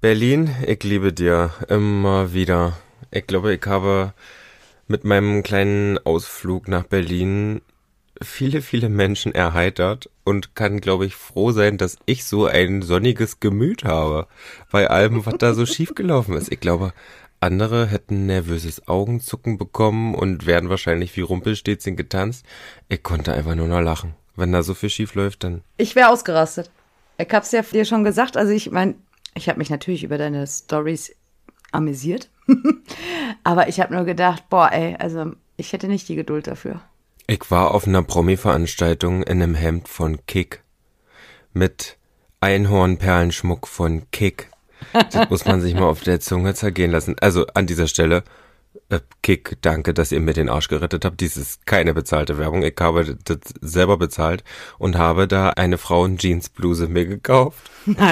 Berlin, ich liebe dir immer wieder. Ich glaube, ich habe mit meinem kleinen Ausflug nach Berlin viele, viele Menschen erheitert und kann, glaube ich, froh sein, dass ich so ein sonniges Gemüt habe bei allem, was da so schiefgelaufen ist. Ich glaube, andere hätten nervöses Augenzucken bekommen und wären wahrscheinlich wie Rumpelstilzchen getanzt. Ich konnte einfach nur noch lachen. Wenn da so viel schief läuft, dann... Ich wäre ausgerastet. Ich hab's ja dir schon gesagt. Also ich meine, ich habe mich natürlich über deine Storys amüsiert. Aber ich habe nur gedacht, boah, ey, also ich hätte nicht die Geduld dafür. Ich war auf einer Promi-Veranstaltung in einem Hemd von Kick mit Einhornperlenschmuck von Kick. Das muss man sich mal auf der Zunge zergehen lassen. Also an dieser Stelle, Kick, danke, dass ihr mir den Arsch gerettet habt. Dies ist keine bezahlte Werbung. Ich habe das selber bezahlt und habe da eine Frauen-Jeans-Bluse mir gekauft.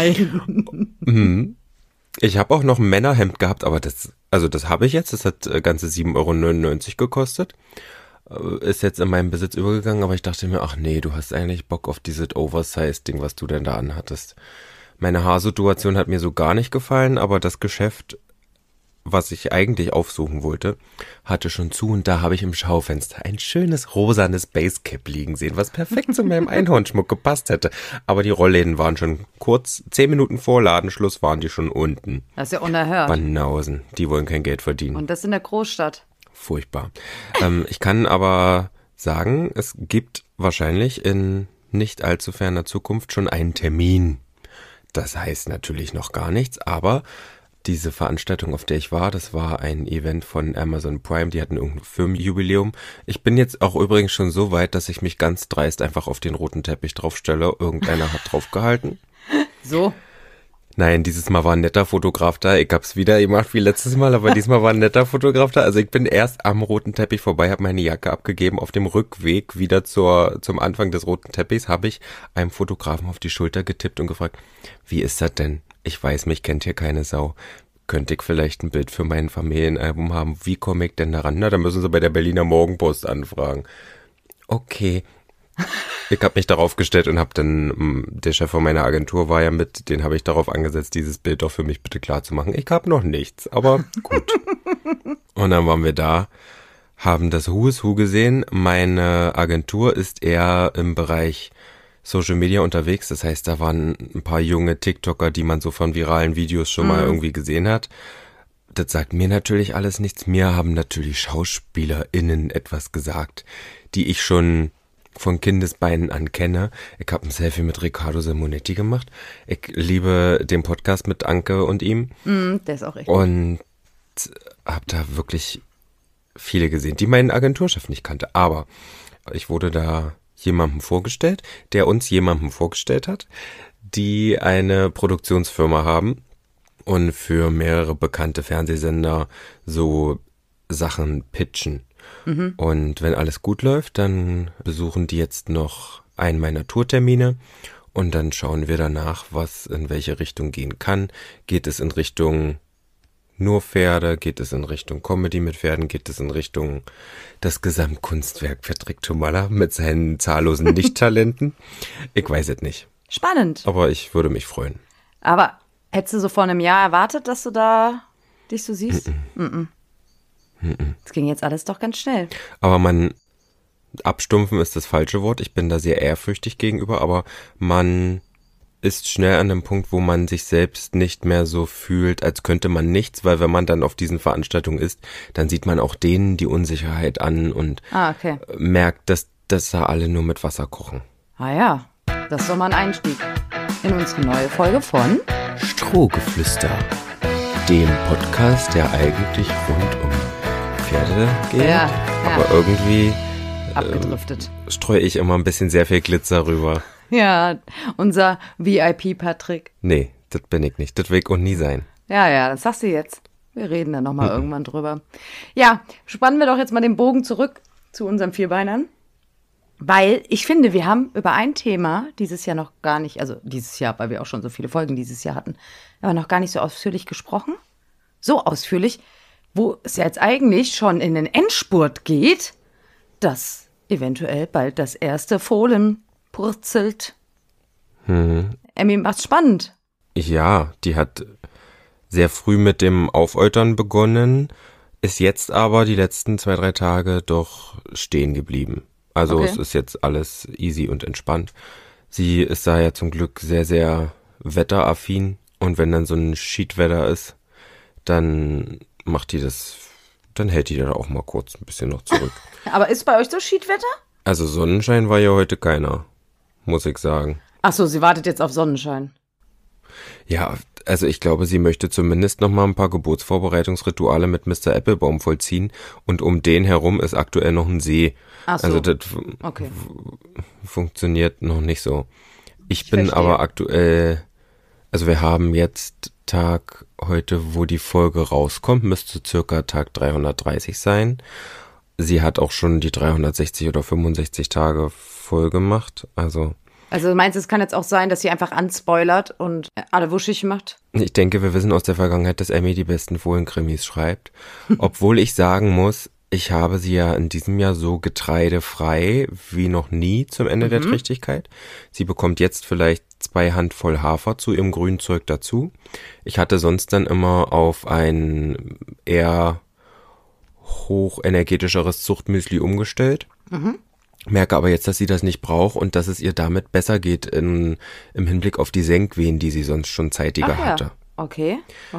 Nein. Ich habe auch noch ein Männerhemd gehabt, aber das habe ich jetzt. Das hat ganze 7,99 € gekostet. Ist jetzt in meinen Besitz übergegangen, aber ich dachte mir, ach nee, du hast eigentlich Bock auf dieses Oversize-Ding, was du denn da anhattest. Meine Haarsituation hat mir so gar nicht gefallen, aber das Geschäft, was ich eigentlich aufsuchen wollte, hatte schon zu und da habe ich im Schaufenster ein schönes rosanes Basecap liegen sehen, was perfekt zu meinem Einhornschmuck gepasst hätte. Aber die Rollläden waren schon kurz, 10 Minuten vor Ladenschluss waren die schon unten. Das ist ja unerhört. Banausen, die wollen kein Geld verdienen. Und das in der Großstadt. Furchtbar. Ich kann aber sagen, es gibt wahrscheinlich in nicht allzu ferner Zukunft schon einen Termin. Das heißt natürlich noch gar nichts, aber diese Veranstaltung, auf der ich war, das war ein Event von Amazon Prime, die hatten irgendein Firmenjubiläum. Ich bin jetzt auch übrigens schon so weit, dass ich mich ganz dreist einfach auf den roten Teppich draufstelle. Irgendeiner hat draufgehalten. So? Nein, dieses Mal war ein netter Fotograf da. Ich hab's wieder gemacht wie letztes Mal, aber diesmal war ein netter Fotograf da. Also ich bin erst am roten Teppich vorbei, habe meine Jacke abgegeben. Auf dem Rückweg wieder zum Anfang des roten Teppichs habe ich einem Fotografen auf die Schulter getippt und gefragt, wie ist das denn? Ich weiß, mich kennt hier keine Sau. Könnte ich vielleicht ein Bild für mein Familienalbum haben? Wie komme ich denn daran? Na, da müssen Sie bei der Berliner Morgenpost anfragen. Okay. Ich habe mich darauf gestellt und habe dann, der Chef von meiner Agentur war ja mit, den habe ich darauf angesetzt, dieses Bild doch für mich bitte klar zu machen. Ich habe noch nichts, aber gut. Und dann waren wir da, haben das Who is Who gesehen. Meine Agentur ist eher im Bereich Social Media unterwegs. Das heißt, da waren ein paar junge TikToker, die man so von viralen Videos schon mal irgendwie gesehen hat. Das sagt mir natürlich alles nichts. Mir haben natürlich SchauspielerInnen etwas gesagt, die ich schon von Kindesbeinen an kenne. Ich habe ein Selfie mit Riccardo Simonetti gemacht. Ich liebe den Podcast mit Anke und ihm. Der ist auch echt. Und habe da wirklich viele gesehen, die meinen Agenturchef nicht kannte. Aber ich wurde da jemandem vorgestellt, der uns jemandem vorgestellt hat, die eine Produktionsfirma haben und für mehrere bekannte Fernsehsender so Sachen pitchen. Und wenn alles gut läuft, dann besuchen die jetzt noch einen meiner Tourtermine und dann schauen wir danach, was in welche Richtung gehen kann. Geht es in Richtung nur Pferde? Geht es in Richtung Comedy mit Pferden? Geht es in Richtung das Gesamtkunstwerk Patrick Thumalla mit seinen zahllosen Nichttalenten? Ich weiß es nicht. Spannend. Aber ich würde mich freuen. Aber hättest du so vor einem Jahr erwartet, dass du da dich so siehst? Das ging jetzt alles doch ganz schnell. Aber abstumpfen ist das falsche Wort. Ich bin da sehr ehrfürchtig gegenüber, aber man ist schnell an dem Punkt, wo man sich selbst nicht mehr so fühlt, als könnte man nichts, weil wenn man dann auf diesen Veranstaltungen ist, dann sieht man auch denen die Unsicherheit an und merkt, dass da alle nur mit Wasser kochen. Ah ja, das ist doch mal ein Einstieg in unsere neue Folge von Strohgeflüster, dem Podcast, der eigentlich rund um Pferde geht, aber irgendwie abgedriftet. Streue ich immer ein bisschen sehr viel Glitzer rüber. Ja, unser VIP-Patrick. Nee, das bin ich nicht. Das will ich auch nie sein. Ja, das sagst du jetzt. Wir reden dann nochmal irgendwann drüber. Ja, spannen wir doch jetzt mal den Bogen zurück zu unseren Vierbeinern. Weil ich finde, wir haben über ein Thema dieses Jahr noch gar nicht, also dieses Jahr, weil wir auch schon so viele Folgen dieses Jahr hatten, aber noch gar nicht so ausführlich gesprochen. So ausführlich, wo es ja jetzt eigentlich schon in den Endspurt geht, dass eventuell bald das erste Fohlen purzelt. Emmy macht's spannend. Ja, die hat sehr früh mit dem Aufäutern begonnen, ist jetzt aber die letzten 2-3 Tage doch stehen geblieben. Also Okay. es ist jetzt alles easy und entspannt. Sie ist da ja zum Glück sehr, sehr wetteraffin und wenn dann so ein Schiedwetter ist, dann hält die da auch mal kurz ein bisschen noch zurück. Aber ist bei euch so Schiedwetter? Also Sonnenschein war ja heute keiner, muss ich sagen. Ach so, sie wartet jetzt auf Sonnenschein. Ja, also ich glaube, sie möchte zumindest noch mal ein paar Geburtsvorbereitungsrituale mit Mr. Applebaum vollziehen und um den herum ist aktuell noch ein See. Ach so. Also das Okay. funktioniert noch nicht so. Ich bin verstehe. aber aktuell, also wir haben jetzt Tag heute, wo die Folge rauskommt, müsste circa Tag 330 sein. Sie hat auch schon die 360 oder 65 Tage voll gemacht, also Also du meinst, es kann jetzt auch sein, dass sie einfach anspoilert und alle wuschig macht? ich denke, wir wissen aus der Vergangenheit, dass Emmy die besten Fohlenkrimis schreibt. Obwohl ich sagen muss, ich habe sie ja in diesem Jahr so getreidefrei wie noch nie zum Ende der Trächtigkeit. Sie bekommt jetzt vielleicht 2 Handvoll Hafer zu ihrem grünen Zeug dazu. Ich hatte sonst dann immer auf ein eher hochenergetischeres Zuchtmüsli umgestellt. Merke aber jetzt, dass sie das nicht braucht und dass es ihr damit besser geht im Hinblick auf die Senkwehen, die sie sonst schon zeitiger hatte. Okay.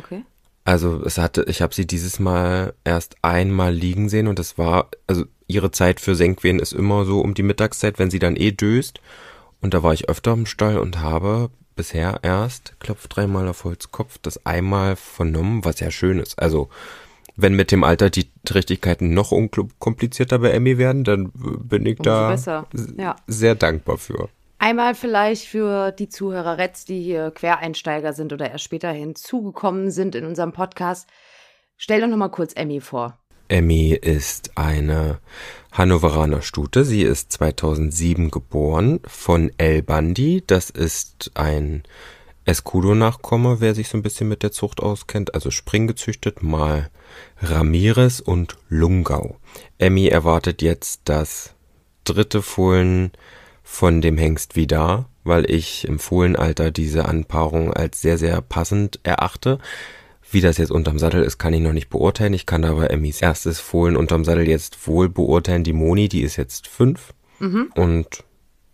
Also ich habe sie dieses Mal erst einmal liegen sehen und also ihre Zeit für Senkwehen ist immer so um die Mittagszeit, wenn sie dann döst. Und da war ich öfter im Stall und habe bisher erst, klopf 3-mal auf Holzkopf, das einmal vernommen, was ja schön ist. Also wenn mit dem Alter die Trächtigkeiten noch unkomplizierter bei Emmy werden, dann bin ich da besser. Ja. sehr dankbar für. Einmal vielleicht für die Zuhörerets, die hier Quereinsteiger sind oder erst später hinzugekommen sind in unserem Podcast. Stell doch noch mal kurz Emmy vor. Emmy ist eine Hannoveraner Stute. Sie ist 2007 geboren von El Bandi. Das ist ein Escudo-Nachkomme, wer sich so ein bisschen mit der Zucht auskennt. Also springgezüchtet, mal Ramirez und Lungau. Emmy erwartet jetzt das 3. Fohlen von dem Hengst Vidar, weil ich im Fohlenalter diese Anpaarung als sehr, sehr passend erachte. Wie das jetzt unterm Sattel ist, kann ich noch nicht beurteilen. Ich kann aber Emmys erstes Fohlen unterm Sattel jetzt wohl beurteilen. Die Moni, die ist jetzt 5. Und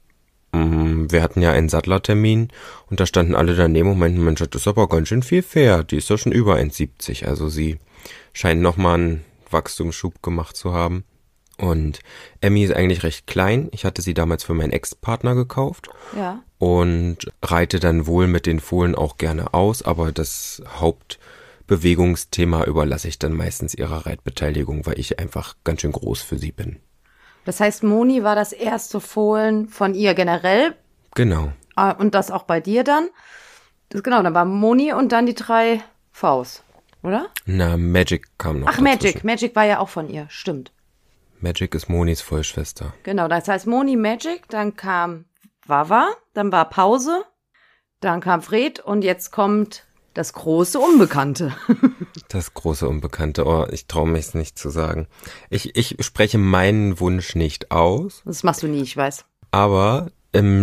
wir hatten ja einen Sattlertermin und da standen alle daneben und meinten, Mensch, das ist aber ganz schön viel Pferd. Die ist doch schon über 1,70. Also sie scheint nochmal einen Wachstumsschub gemacht zu haben. Und Emmy ist eigentlich recht klein. Ich hatte sie damals für meinen Ex-Partner gekauft. Ja. Und reite dann wohl mit den Fohlen auch gerne aus, aber das Hauptbewegungsthema überlasse ich dann meistens ihrer Reitbeteiligung, weil ich einfach ganz schön groß für sie bin. Das heißt, Moni war das erste Fohlen von ihr generell Genau. und das auch bei dir dann. Genau, dann war Moni und dann die 3 Vs, oder? Na, Magic kam noch Ach, dazwischen. Magic. Magic war ja auch von ihr, stimmt. Magic ist Monis Vollschwester. Genau, das heißt Moni, Magic, dann kam Wawa, dann war Pause, dann kam Fred und jetzt kommt das große Unbekannte. Das große Unbekannte. Oh, ich traue mich es nicht zu sagen. Ich spreche meinen Wunsch nicht aus, Das machst du nie, ich weiß. aber im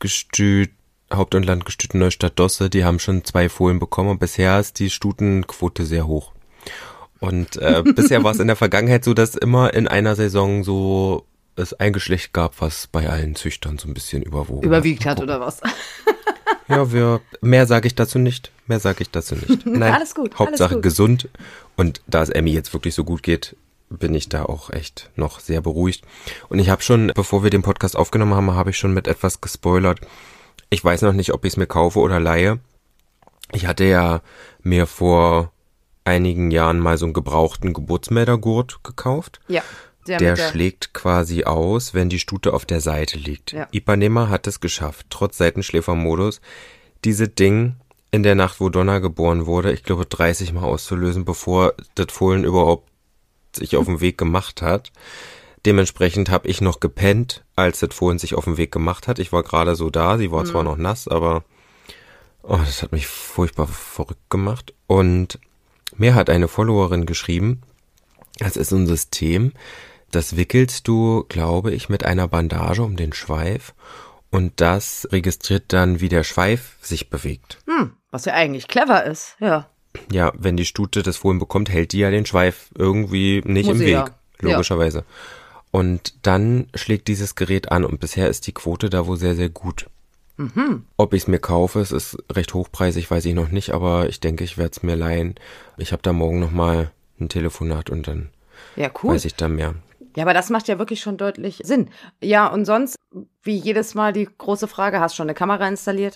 Haupt- und Landgestüt Neustadt-Dosse, die haben schon 2 Fohlen bekommen und bisher ist die Stutenquote sehr hoch. Und bisher war es in der Vergangenheit so, dass immer in einer Saison so es ein Geschlecht gab, was bei allen Züchtern so ein bisschen überwogen Überwiegt hat oder was? Ja, mehr sage ich dazu nicht. Nein, Alles gut, Hauptsache alles gut. gesund. Und da es Emmy jetzt wirklich so gut geht, bin ich da auch echt noch sehr beruhigt. Und ich habe schon, bevor wir den Podcast aufgenommen haben, habe ich schon mit etwas gespoilert. Ich weiß noch nicht, ob ich es mir kaufe oder leihe. Ich hatte ja mir vor einigen Jahren mal so einen gebrauchten Geburtsmeldergurt gekauft. Ja. Der schlägt quasi aus, wenn die Stute auf der Seite liegt. Ja. Ipanema hat es geschafft, trotz Seitenschläfermodus, diese Ding in der Nacht, wo Donna geboren wurde, ich glaube 30 Mal auszulösen, bevor das Fohlen überhaupt sich auf den Weg gemacht hat. Dementsprechend habe ich noch gepennt, als das Fohlen sich auf den Weg gemacht hat. Ich war gerade so da, sie war zwar noch nass, aber das hat mich furchtbar verrückt gemacht. Und mir hat eine Followerin geschrieben, das ist so ein System, das wickelst du, glaube ich, mit einer Bandage um den Schweif und das registriert dann, wie der Schweif sich bewegt. Was ja eigentlich clever ist, ja. Ja, wenn die Stute das Fohlen bekommt, hält die ja den Schweif irgendwie nicht Muss im sie Weg, ja. logischerweise. Ja. Und dann schlägt dieses Gerät an und bisher ist die Quote da wohl sehr, sehr gut. Mhm. Ob ich es mir kaufe, es ist recht hochpreisig, weiß ich noch nicht, aber ich denke, ich werde es mir leihen. Ich habe da morgen nochmal ein Telefonat und dann weiß ich da mehr. Ja, aber das macht ja wirklich schon deutlich Sinn. Ja, und sonst, wie jedes Mal die große Frage, hast du schon eine Kamera installiert?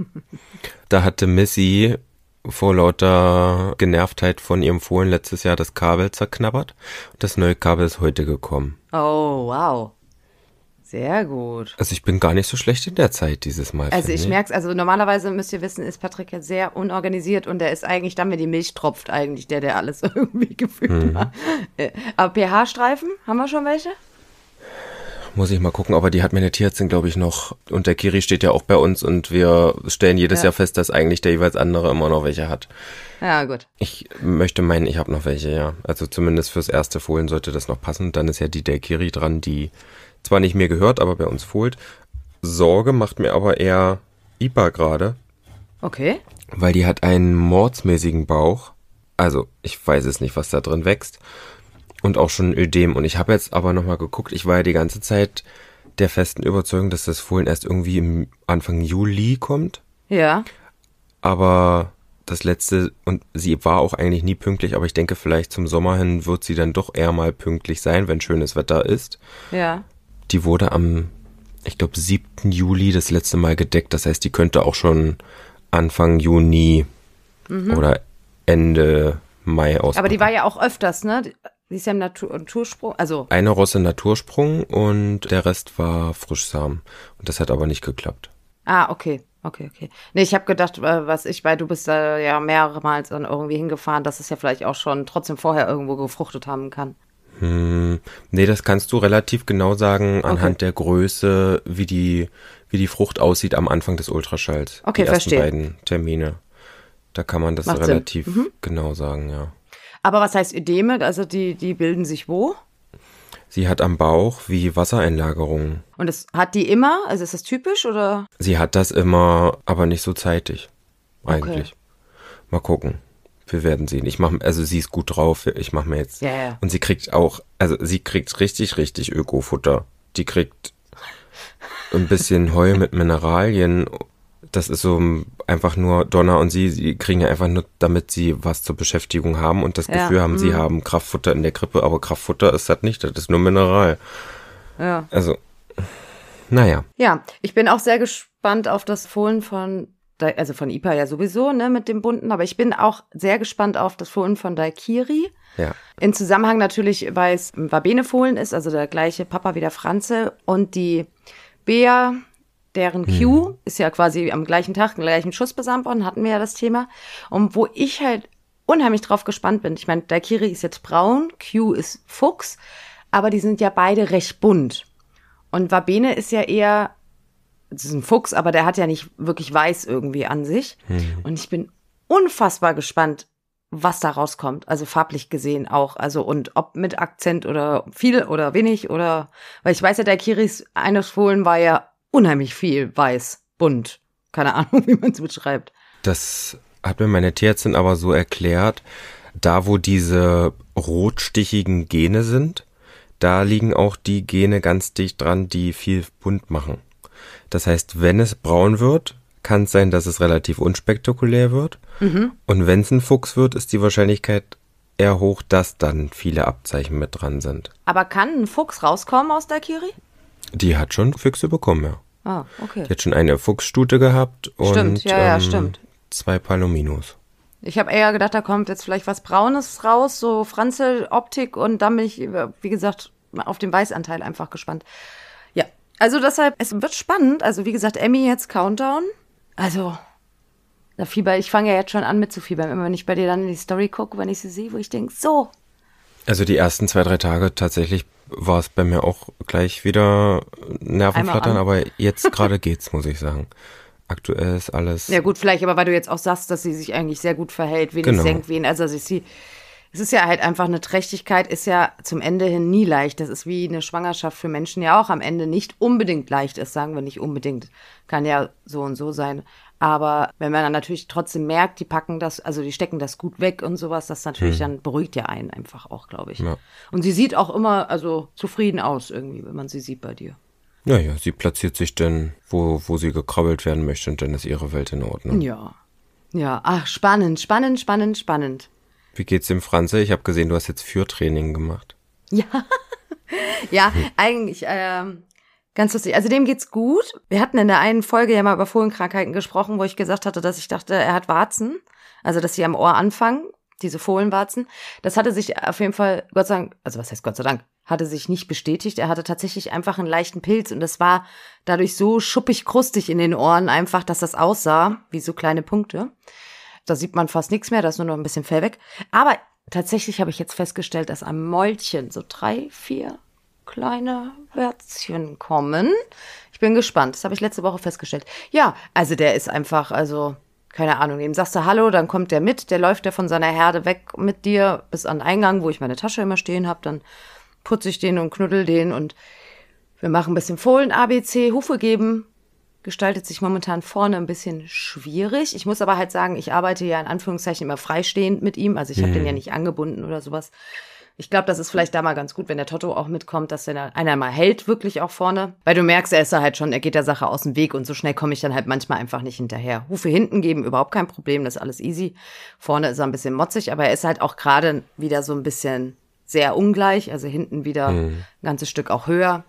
Da hatte Missy vor lauter Genervtheit von ihrem Fohlen letztes Jahr das Kabel zerknabbert. Das neue Kabel ist heute gekommen. Oh, wow. Sehr gut. Also ich bin gar nicht so schlecht in der Zeit dieses Mal. Also ich merke es, also normalerweise müsst ihr wissen, ist Patrick ja sehr unorganisiert und der ist eigentlich dann, wenn die Milch tropft, eigentlich der alles irgendwie gefühlt macht. Aber pH-Streifen, haben wir schon welche? Muss ich mal gucken, aber die hat meine Tierärztin, glaube ich, noch. Und der Kiri steht ja auch bei uns und wir stellen jedes Jahr fest, dass eigentlich der jeweils andere immer noch welche hat. Ja, gut. Ich möchte meinen, ich habe noch welche, ja. Also zumindest fürs erste Fohlen sollte das noch passen. Dann ist ja die der Kiri dran, die zwar nicht mir gehört, aber bei uns fohlt. Sorge macht mir aber eher Ipa gerade. Okay. Weil die hat einen mordsmäßigen Bauch. Also ich weiß es nicht, was da drin wächst. Und auch schon Ödem. Und ich habe jetzt aber nochmal geguckt, ich war ja die ganze Zeit der festen Überzeugung, dass das Fohlen erst irgendwie im Anfang Juli kommt. Ja. Aber das letzte, und sie war auch eigentlich nie pünktlich, aber ich denke, vielleicht zum Sommer hin wird sie dann doch eher mal pünktlich sein, wenn schönes Wetter ist. Ja. Die wurde am, ich glaube, 7. Juli das letzte Mal gedeckt. Das heißt, die könnte auch schon Anfang Juni oder Ende Mai auspacken. Aber die war ja auch öfters, ne? Die ist ja im Natursprung, also. Eine Rosse Natursprung und der Rest war Frischsamen. Und das hat aber nicht geklappt. Ah, okay. Nee, ich habe gedacht, weil du bist da ja mehrmals dann irgendwie hingefahren, dass es ja vielleicht auch schon trotzdem vorher irgendwo gefruchtet haben kann. Nee, das kannst du relativ genau sagen anhand der Größe, wie die Frucht aussieht am Anfang des Ultraschalls. Okay, die ersten verstehe. beiden Termine. Da kann man das Macht relativ genau sagen, ja. Aber was heißt Ödeme? Also die bilden sich wo? Sie hat am Bauch wie Wassereinlagerungen. Und das hat die immer? Also ist das typisch oder? Sie hat das immer, aber nicht so zeitig. Eigentlich. Okay. Mal gucken. Wir werden sehen. Also sie ist gut drauf. Ich mache mir jetzt. Ja. Und sie kriegt richtig, richtig Ökofutter. Die kriegt ein bisschen Heu mit Mineralien. Das ist so einfach nur Donna und sie kriegen ja einfach nur, damit sie was zur Beschäftigung haben und das Gefühl haben, sie haben Kraftfutter in der Krippe, aber Kraftfutter ist das nicht, das ist nur Mineral. Ja. Also, naja. Ja, ich bin auch sehr gespannt auf das Fohlen von Ipa ja sowieso, ne, mit dem bunten, aber ich bin auch sehr gespannt auf das Fohlen von Daikiri. Ja. In Zusammenhang natürlich, weil es ein Vabene-Fohlen ist, also der gleiche Papa wie der Franze und die Bea, deren Q ist ja quasi am gleichen Tag, den gleichen Schuss besamt worden, hatten wir ja das Thema. Und wo ich halt unheimlich drauf gespannt bin, ich meine, Daikiri ist jetzt braun, Q ist Fuchs, aber die sind ja beide recht bunt. Und Vabene ist ja eher, das ist ein Fuchs, aber der hat ja nicht wirklich weiß irgendwie an sich. Und ich bin unfassbar gespannt, was da rauskommt. Also farblich gesehen auch. Also und ob mit Akzent oder viel oder wenig oder, weil ich weiß ja, Daikiris eines Fohlen war ja unheimlich viel weiß, bunt. Keine Ahnung, wie man es beschreibt. Das hat mir meine Tierärztin aber so erklärt, da wo diese rotstichigen Gene sind, da liegen auch die Gene ganz dicht dran, die viel bunt machen. Das heißt, wenn es braun wird, kann es sein, dass es relativ unspektakulär wird. Und wenn es ein Fuchs wird, ist die Wahrscheinlichkeit eher hoch, dass dann viele Abzeichen mit dran sind. Aber kann ein Fuchs rauskommen aus Daikiri? Die hat schon Füchse bekommen, ja. Ah, okay. Die hat schon eine Fuchsstute gehabt und Stimmt. 2 Palominos. Ich habe eher gedacht, da kommt jetzt vielleicht was Braunes raus, so Franzel-Optik und dann bin ich, wie gesagt, auf den Weißanteil einfach gespannt. Ja, also deshalb, es wird spannend. Also wie gesagt, Emmy jetzt Countdown. Also, ich fange ja jetzt schon an mit zu fiebern, immer wenn ich bei dir dann in die Story gucke, wenn ich sie sehe, wo ich denke, so. Also die ersten 2, 3 Tage tatsächlich war es bei mir auch gleich wieder Nervenflattern, aber jetzt gerade geht's, muss ich sagen. Aktuell ist alles... Ja gut, vielleicht, aber weil du jetzt auch sagst, dass sie sich eigentlich sehr gut verhält, wenig senkt, also es Es ist ja halt einfach eine Trächtigkeit, ist ja zum Ende hin nie leicht. Das ist wie eine Schwangerschaft für Menschen ja auch am Ende nicht unbedingt leicht ist, sagen wir nicht unbedingt. Kann ja so und so sein. Aber wenn man dann natürlich trotzdem merkt, die packen das, also die stecken das gut weg und sowas, das natürlich dann beruhigt ja einen einfach auch, glaube ich. Ja. Und sie sieht auch immer, also zufrieden aus irgendwie, wenn man sie sieht bei dir. Ja, sie platziert sich dann, wo sie gekrabbelt werden möchte und dann ist ihre Welt in Ordnung. Ja. Ja, ach, spannend. Wie geht's dem Franze? Ich habe gesehen, du hast jetzt Führtraining gemacht. Ja, eigentlich ganz lustig. Also dem geht's gut. Wir hatten in der einen Folge ja mal über Fohlenkrankheiten gesprochen, wo ich gesagt hatte, dass ich dachte, er hat Warzen. Also, dass sie am Ohr anfangen, diese Fohlenwarzen. Das hatte sich auf jeden Fall, Gott sei Dank, also was heißt Gott sei Dank, hatte sich nicht bestätigt. Er hatte tatsächlich einfach einen leichten Pilz und das war dadurch so schuppig krustig in den Ohren einfach, dass das aussah wie so kleine Punkte. Da sieht man fast nichts mehr, da ist nur noch ein bisschen Fell weg. Aber tatsächlich habe ich jetzt festgestellt, dass am Mäulchen so 3, 4 kleine Wärzchen kommen. Ich bin gespannt. Das habe ich letzte Woche festgestellt. Ja, also der ist einfach, also keine Ahnung, dem sagst du Hallo, dann kommt der mit, der läuft ja von seiner Herde weg mit dir bis an den Eingang, wo ich meine Tasche immer stehen habe, dann putze ich den und knuddel den und wir machen ein bisschen Fohlen, ABC, Hufe geben. Gestaltet sich momentan vorne ein bisschen schwierig. Ich muss aber halt sagen, ich arbeite ja in Anführungszeichen immer freistehend mit ihm, also ich habe den ja nicht angebunden oder sowas. Ich glaube, das ist vielleicht da mal ganz gut, wenn der Toto auch mitkommt, dass der einer mal hält, wirklich auch vorne. Weil du merkst, er ist da halt schon, er geht der Sache aus dem Weg und so schnell komme ich dann halt manchmal einfach nicht hinterher. Hufe hinten geben, überhaupt kein Problem, das ist alles easy. Vorne ist er ein bisschen motzig, aber er ist halt auch gerade wieder so ein bisschen sehr ungleich, also hinten wieder ein ganzes Stück auch höher.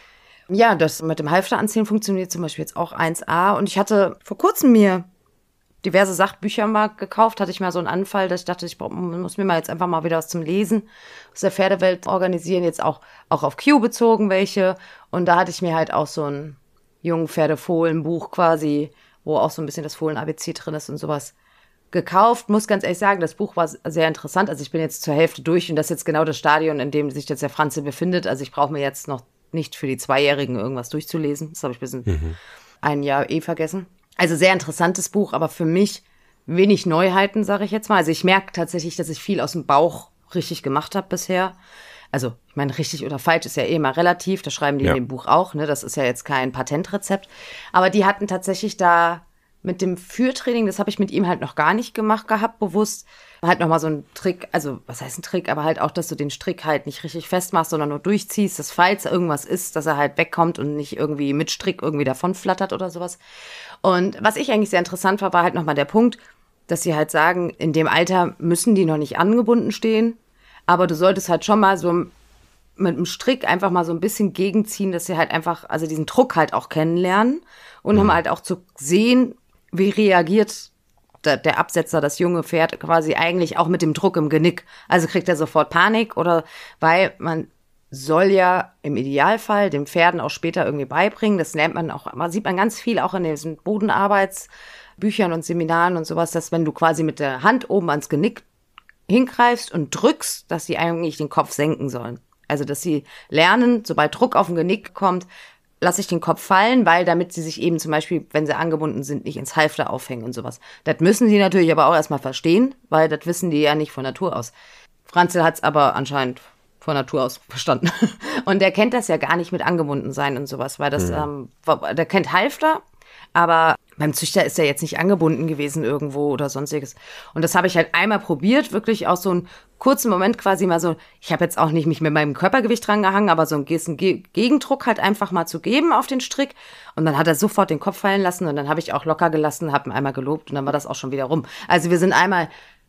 Ja, das mit dem Halfter anziehen funktioniert zum Beispiel jetzt auch 1A und ich hatte vor kurzem mir diverse Sachbücher mal gekauft, hatte ich mal so einen Anfall, dass ich dachte, ich muss mir mal jetzt einfach mal wieder was zum Lesen aus der Pferdewelt organisieren, jetzt auch auf Q bezogen welche. Und da hatte ich mir halt auch so ein Jungpferdefohlenbuch quasi, wo auch so ein bisschen das Fohlen-ABC drin ist und sowas gekauft. Muss ganz ehrlich sagen, das Buch war sehr interessant. Also ich bin jetzt zur Hälfte durch und das ist jetzt genau das Stadion, in dem sich jetzt der Franze befindet. Also ich brauche mir jetzt noch nicht für die Zweijährigen irgendwas durchzulesen. Das habe ich bis in ein Jahr vergessen. Also sehr interessantes Buch, aber für mich wenig Neuheiten, sage ich jetzt mal. Also ich merke tatsächlich, dass ich viel aus dem Bauch richtig gemacht habe bisher. Also ich meine, richtig oder falsch ist ja eh immer relativ. Das schreiben die in dem Buch auch. Ne? Das ist ja jetzt kein Patentrezept. Aber die hatten tatsächlich da mit dem Führtraining, das habe ich mit ihm halt noch gar nicht gemacht gehabt, bewusst. Halt nochmal so ein Trick, also was heißt ein Trick, aber halt auch, dass du den Strick halt nicht richtig festmachst, sondern nur durchziehst, dass falls irgendwas ist, dass er halt wegkommt und nicht irgendwie mit Strick irgendwie davon flattert oder sowas. Und was ich eigentlich sehr interessant war halt nochmal der Punkt, dass sie halt sagen, in dem Alter müssen die noch nicht angebunden stehen, aber du solltest halt schon mal so mit dem Strick einfach mal so ein bisschen gegenziehen, dass sie halt einfach, also diesen Druck halt auch kennenlernen und um halt auch zu sehen, wie reagiert der Absetzer, das junge Pferd quasi eigentlich auch mit dem Druck im Genick. Also kriegt er sofort Panik oder, weil man soll ja im Idealfall den Pferden auch später irgendwie beibringen. Das lernt man auch, man sieht man ganz viel auch in diesen Bodenarbeitsbüchern und Seminaren und sowas, dass wenn du quasi mit der Hand oben ans Genick hingreifst und drückst, dass sie eigentlich den Kopf senken sollen. Also, dass sie lernen, sobald Druck auf den Genick kommt, lasse ich den Kopf fallen, weil damit sie sich eben zum Beispiel, wenn sie angebunden sind, nicht ins Halfter aufhängen und sowas. Das müssen die natürlich aber auch erstmal verstehen, weil das wissen die ja nicht von Natur aus. Franzl hat's aber anscheinend von Natur aus verstanden. Und der kennt das ja gar nicht mit angebunden sein und sowas, weil das, der kennt Halfter, aber beim Züchter ist er jetzt nicht angebunden gewesen irgendwo oder sonstiges. Und das habe ich halt einmal probiert, wirklich auch so einen kurzen Moment quasi mal so, ich habe jetzt auch nicht mich mit meinem Körpergewicht dran gehangen, aber so einen Gegendruck halt einfach mal zu geben auf den Strick. Und dann hat er sofort den Kopf fallen lassen und dann habe ich auch locker gelassen, habe ihn einmal gelobt und dann war das auch schon wieder rum. Also wir sind einmal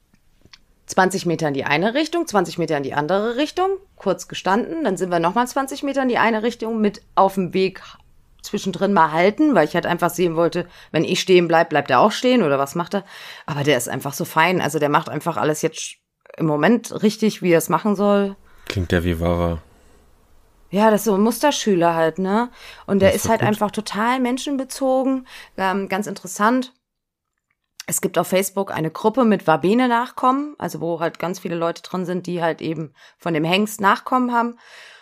20 Meter in die eine Richtung, 20 Meter in die andere Richtung, kurz gestanden, dann sind wir nochmal 20 Meter in die eine Richtung mit auf dem Weg zwischendrin mal halten, weil ich halt einfach sehen wollte, wenn ich stehen bleibe, bleibt er auch stehen oder was macht er? Aber der ist einfach so fein, also der macht einfach alles jetzt im Moment richtig, wie er es machen soll. Klingt der wie Vara. Ja, das ist so ein Musterschüler halt, ne? Und der ist halt gut. Einfach total menschenbezogen, ganz interessant. Es gibt auf Facebook eine Gruppe mit Wabene-Nachkommen, also wo halt ganz viele Leute drin sind, die halt eben von dem Hengst Nachkommen haben.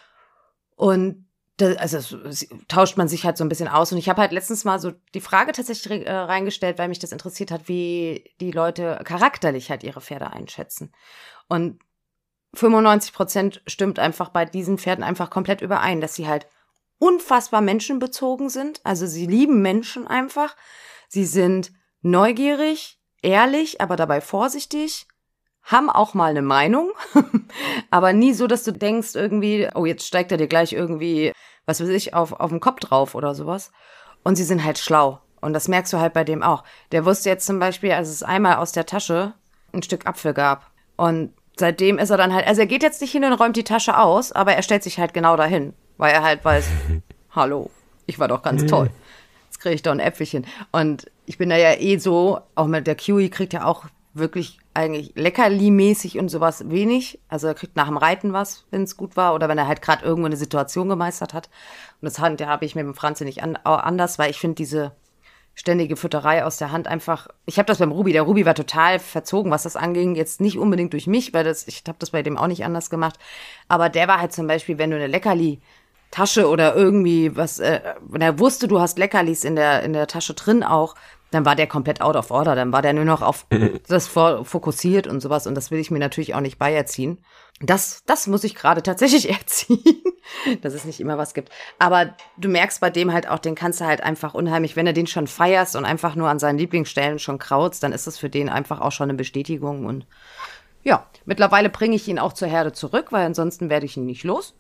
Und also tauscht man sich halt so ein bisschen aus. Und ich habe halt letztens mal so die Frage tatsächlich reingestellt, weil mich das interessiert hat, wie die Leute charakterlich halt ihre Pferde einschätzen. Und 95% stimmt einfach bei diesen Pferden einfach komplett überein, dass sie halt unfassbar menschenbezogen sind. Also sie lieben Menschen einfach. Sie sind neugierig, ehrlich, aber dabei vorsichtig, haben auch mal eine Meinung, aber nie so, dass du denkst irgendwie, oh, jetzt steigt er dir gleich irgendwie, was weiß ich, auf den Kopf drauf oder sowas. Und sie sind halt schlau. Und das merkst du halt bei dem auch. Der wusste jetzt zum Beispiel, als es einmal aus der Tasche ein Stück Apfel gab. Und seitdem ist er dann halt, also er geht jetzt nicht hin und räumt die Tasche aus, aber er stellt sich halt genau dahin, weil er halt weiß, hallo, ich war doch ganz toll. Jetzt kriege ich doch ein Äpfelchen. Und ich bin da ja eh so, auch mit der Kiwi kriegt ja auch wirklich eigentlich Leckerli-mäßig und sowas wenig. Also er kriegt nach dem Reiten was, wenn es gut war oder wenn er halt gerade irgendwo eine Situation gemeistert hat. Und das habe ich mit dem Franzi nicht anders, weil ich finde diese ständige Fütterei aus der Hand einfach, ich habe das beim Ruby, der Ruby war total verzogen, was das anging, jetzt nicht unbedingt durch mich, weil ich habe das bei dem auch nicht anders gemacht, aber der war halt zum Beispiel, wenn du eine Leckerli-Tasche oder irgendwie was, wenn er wusste, du hast Leckerlis in der Tasche drin auch, dann war der komplett out of order, dann war der nur noch auf das fokussiert und sowas und das will ich mir natürlich auch nicht beierziehen. Das muss ich gerade tatsächlich erziehen, dass es nicht immer was gibt. Aber du merkst bei dem halt auch, den kannst du halt einfach unheimlich, wenn du den schon feierst und einfach nur an seinen Lieblingsstellen schon krautst, dann ist es für den einfach auch schon eine Bestätigung. Und ja, mittlerweile bringe ich ihn auch zur Herde zurück, weil ansonsten werde ich ihn nicht los.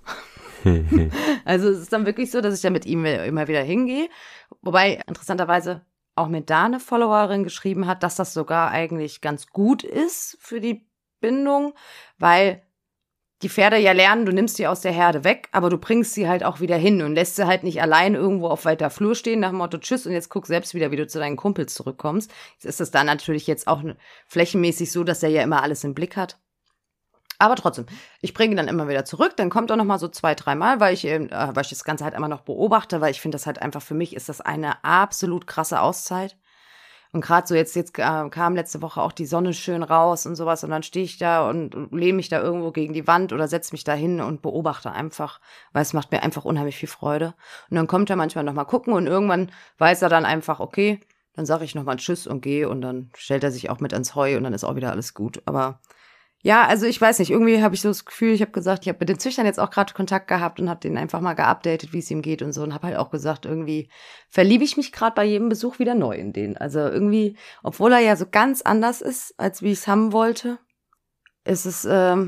Also es ist dann wirklich so, dass ich da mit ihm immer wieder hingehe. Wobei interessanterweise auch mir da eine Followerin geschrieben hat, dass das sogar eigentlich ganz gut ist für die Bindung, weil die Pferde ja lernen, du nimmst sie aus der Herde weg, aber du bringst sie halt auch wieder hin und lässt sie halt nicht allein irgendwo auf weiter Flur stehen nach dem Motto Tschüss und jetzt guck selbst wieder, wie du zu deinen Kumpels zurückkommst. Jetzt ist es dann natürlich jetzt auch flächenmäßig so, dass er ja immer alles im Blick hat. Aber trotzdem, ich bringe ihn dann immer wieder zurück, dann kommt er noch mal so 2-3 Mal, weil ich das Ganze halt immer noch beobachte, weil ich finde das halt einfach, für mich ist das eine absolut krasse Auszeit. Und gerade so jetzt kam letzte Woche auch die Sonne schön raus und sowas und dann stehe ich da und lehne mich da irgendwo gegen die Wand oder setze mich da hin und beobachte einfach, weil es macht mir einfach unheimlich viel Freude. Und dann kommt er manchmal noch mal gucken und irgendwann weiß er dann einfach, okay, dann sage ich noch mal Tschüss und gehe und dann stellt er sich auch mit ans Heu und dann ist auch wieder alles gut. Aber ja, also ich weiß nicht, irgendwie habe ich so das Gefühl, ich habe gesagt, ich habe mit den Züchtern jetzt auch gerade Kontakt gehabt und habe denen einfach mal geupdatet, wie es ihm geht und so und habe halt auch gesagt, irgendwie verliebe ich mich gerade bei jedem Besuch wieder neu in den. Also irgendwie, obwohl er ja so ganz anders ist, als wie ich es haben wollte, ist es,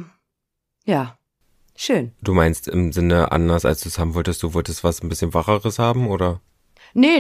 ja, schön. Du meinst im Sinne anders, als du es haben wolltest, du wolltest was ein bisschen Wacheres haben, oder? Nee,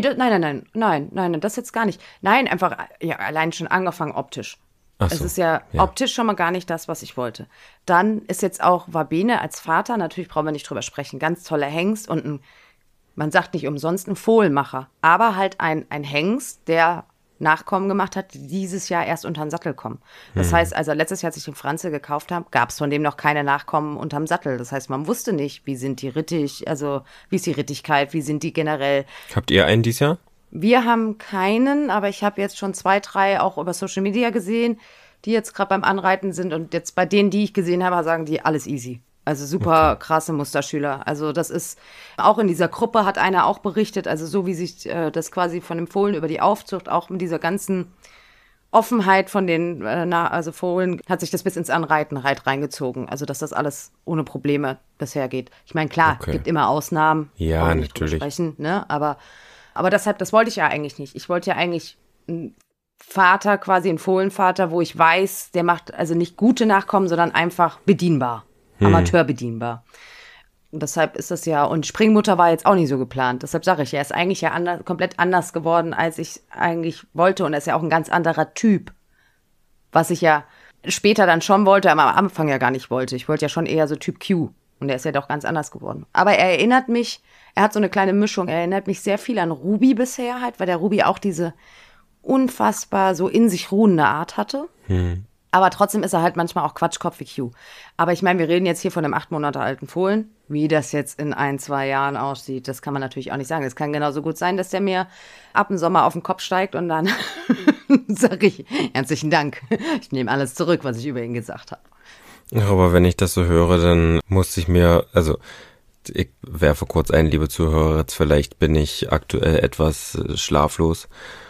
nein, das jetzt gar nicht. Nein, einfach, ja, allein schon angefangen optisch. Ach so, Es ist ja optisch schon mal gar nicht das, was ich wollte. Dann ist jetzt auch Wabene als Vater, natürlich brauchen wir nicht drüber sprechen, ganz toller Hengst und man sagt nicht umsonst ein Fohlenmacher, aber halt ein Hengst, der Nachkommen gemacht hat, die dieses Jahr erst unter den Sattel kommen. Das heißt, also letztes Jahr, als ich den Franzl gekauft habe, gab es von dem noch keine Nachkommen unterm Sattel. Das heißt, man wusste nicht, wie sind die Rittich, also wie ist die Rittigkeit, wie sind die generell. Habt ihr einen dieses Jahr? Wir haben keinen, aber ich habe jetzt schon 2, 3 auch über Social Media gesehen, die jetzt gerade beim Anreiten sind. Und jetzt bei denen, die ich gesehen habe, sagen die, alles easy. Also super krasse Musterschüler. Also das ist, auch in dieser Gruppe hat einer auch berichtet, also so wie sich das quasi von dem Fohlen über die Aufzucht, auch mit dieser ganzen Offenheit von den also Fohlen, hat sich das bis ins Anreiten reingezogen. Also dass das alles ohne Probleme bisher geht. Ich meine, klar, gibt immer Ausnahmen. Ja, natürlich. Sprechen, ne? Aber deshalb, das wollte ich ja eigentlich nicht. Ich wollte ja eigentlich einen Vater, quasi einen Fohlenvater, wo ich weiß, der macht also nicht gute Nachkommen, sondern einfach bedienbar, amateurbedienbar. Und deshalb ist das ja, und Springmutter war jetzt auch nicht so geplant. Deshalb sage ich, er ist eigentlich ja komplett anders geworden, als ich eigentlich wollte. Und er ist ja auch ein ganz anderer Typ, was ich ja später dann schon wollte, aber am Anfang ja gar nicht wollte. Ich wollte ja schon eher so Typ Q. Und er ist ja doch ganz anders geworden. Aber er erinnert mich, er hat so eine kleine Mischung, er erinnert mich sehr viel an Ruby bisher halt, weil der Ruby auch diese unfassbar so in sich ruhende Art hatte. Aber trotzdem ist er halt manchmal auch Quatschkopf wie Q. Aber ich meine, wir reden jetzt hier von einem 8 Monate alten Fohlen. Wie das jetzt in 1, 2 Jahren aussieht, das kann man natürlich auch nicht sagen. Es kann genauso gut sein, dass der mir ab dem Sommer auf den Kopf steigt und dann sage ich, herzlichen Dank. Ich nehme alles zurück, was ich über ihn gesagt habe. Aber wenn ich das so höre, dann musste ich mir, also ich werfe kurz ein, liebe Zuhörer, jetzt vielleicht bin ich aktuell etwas schlaflos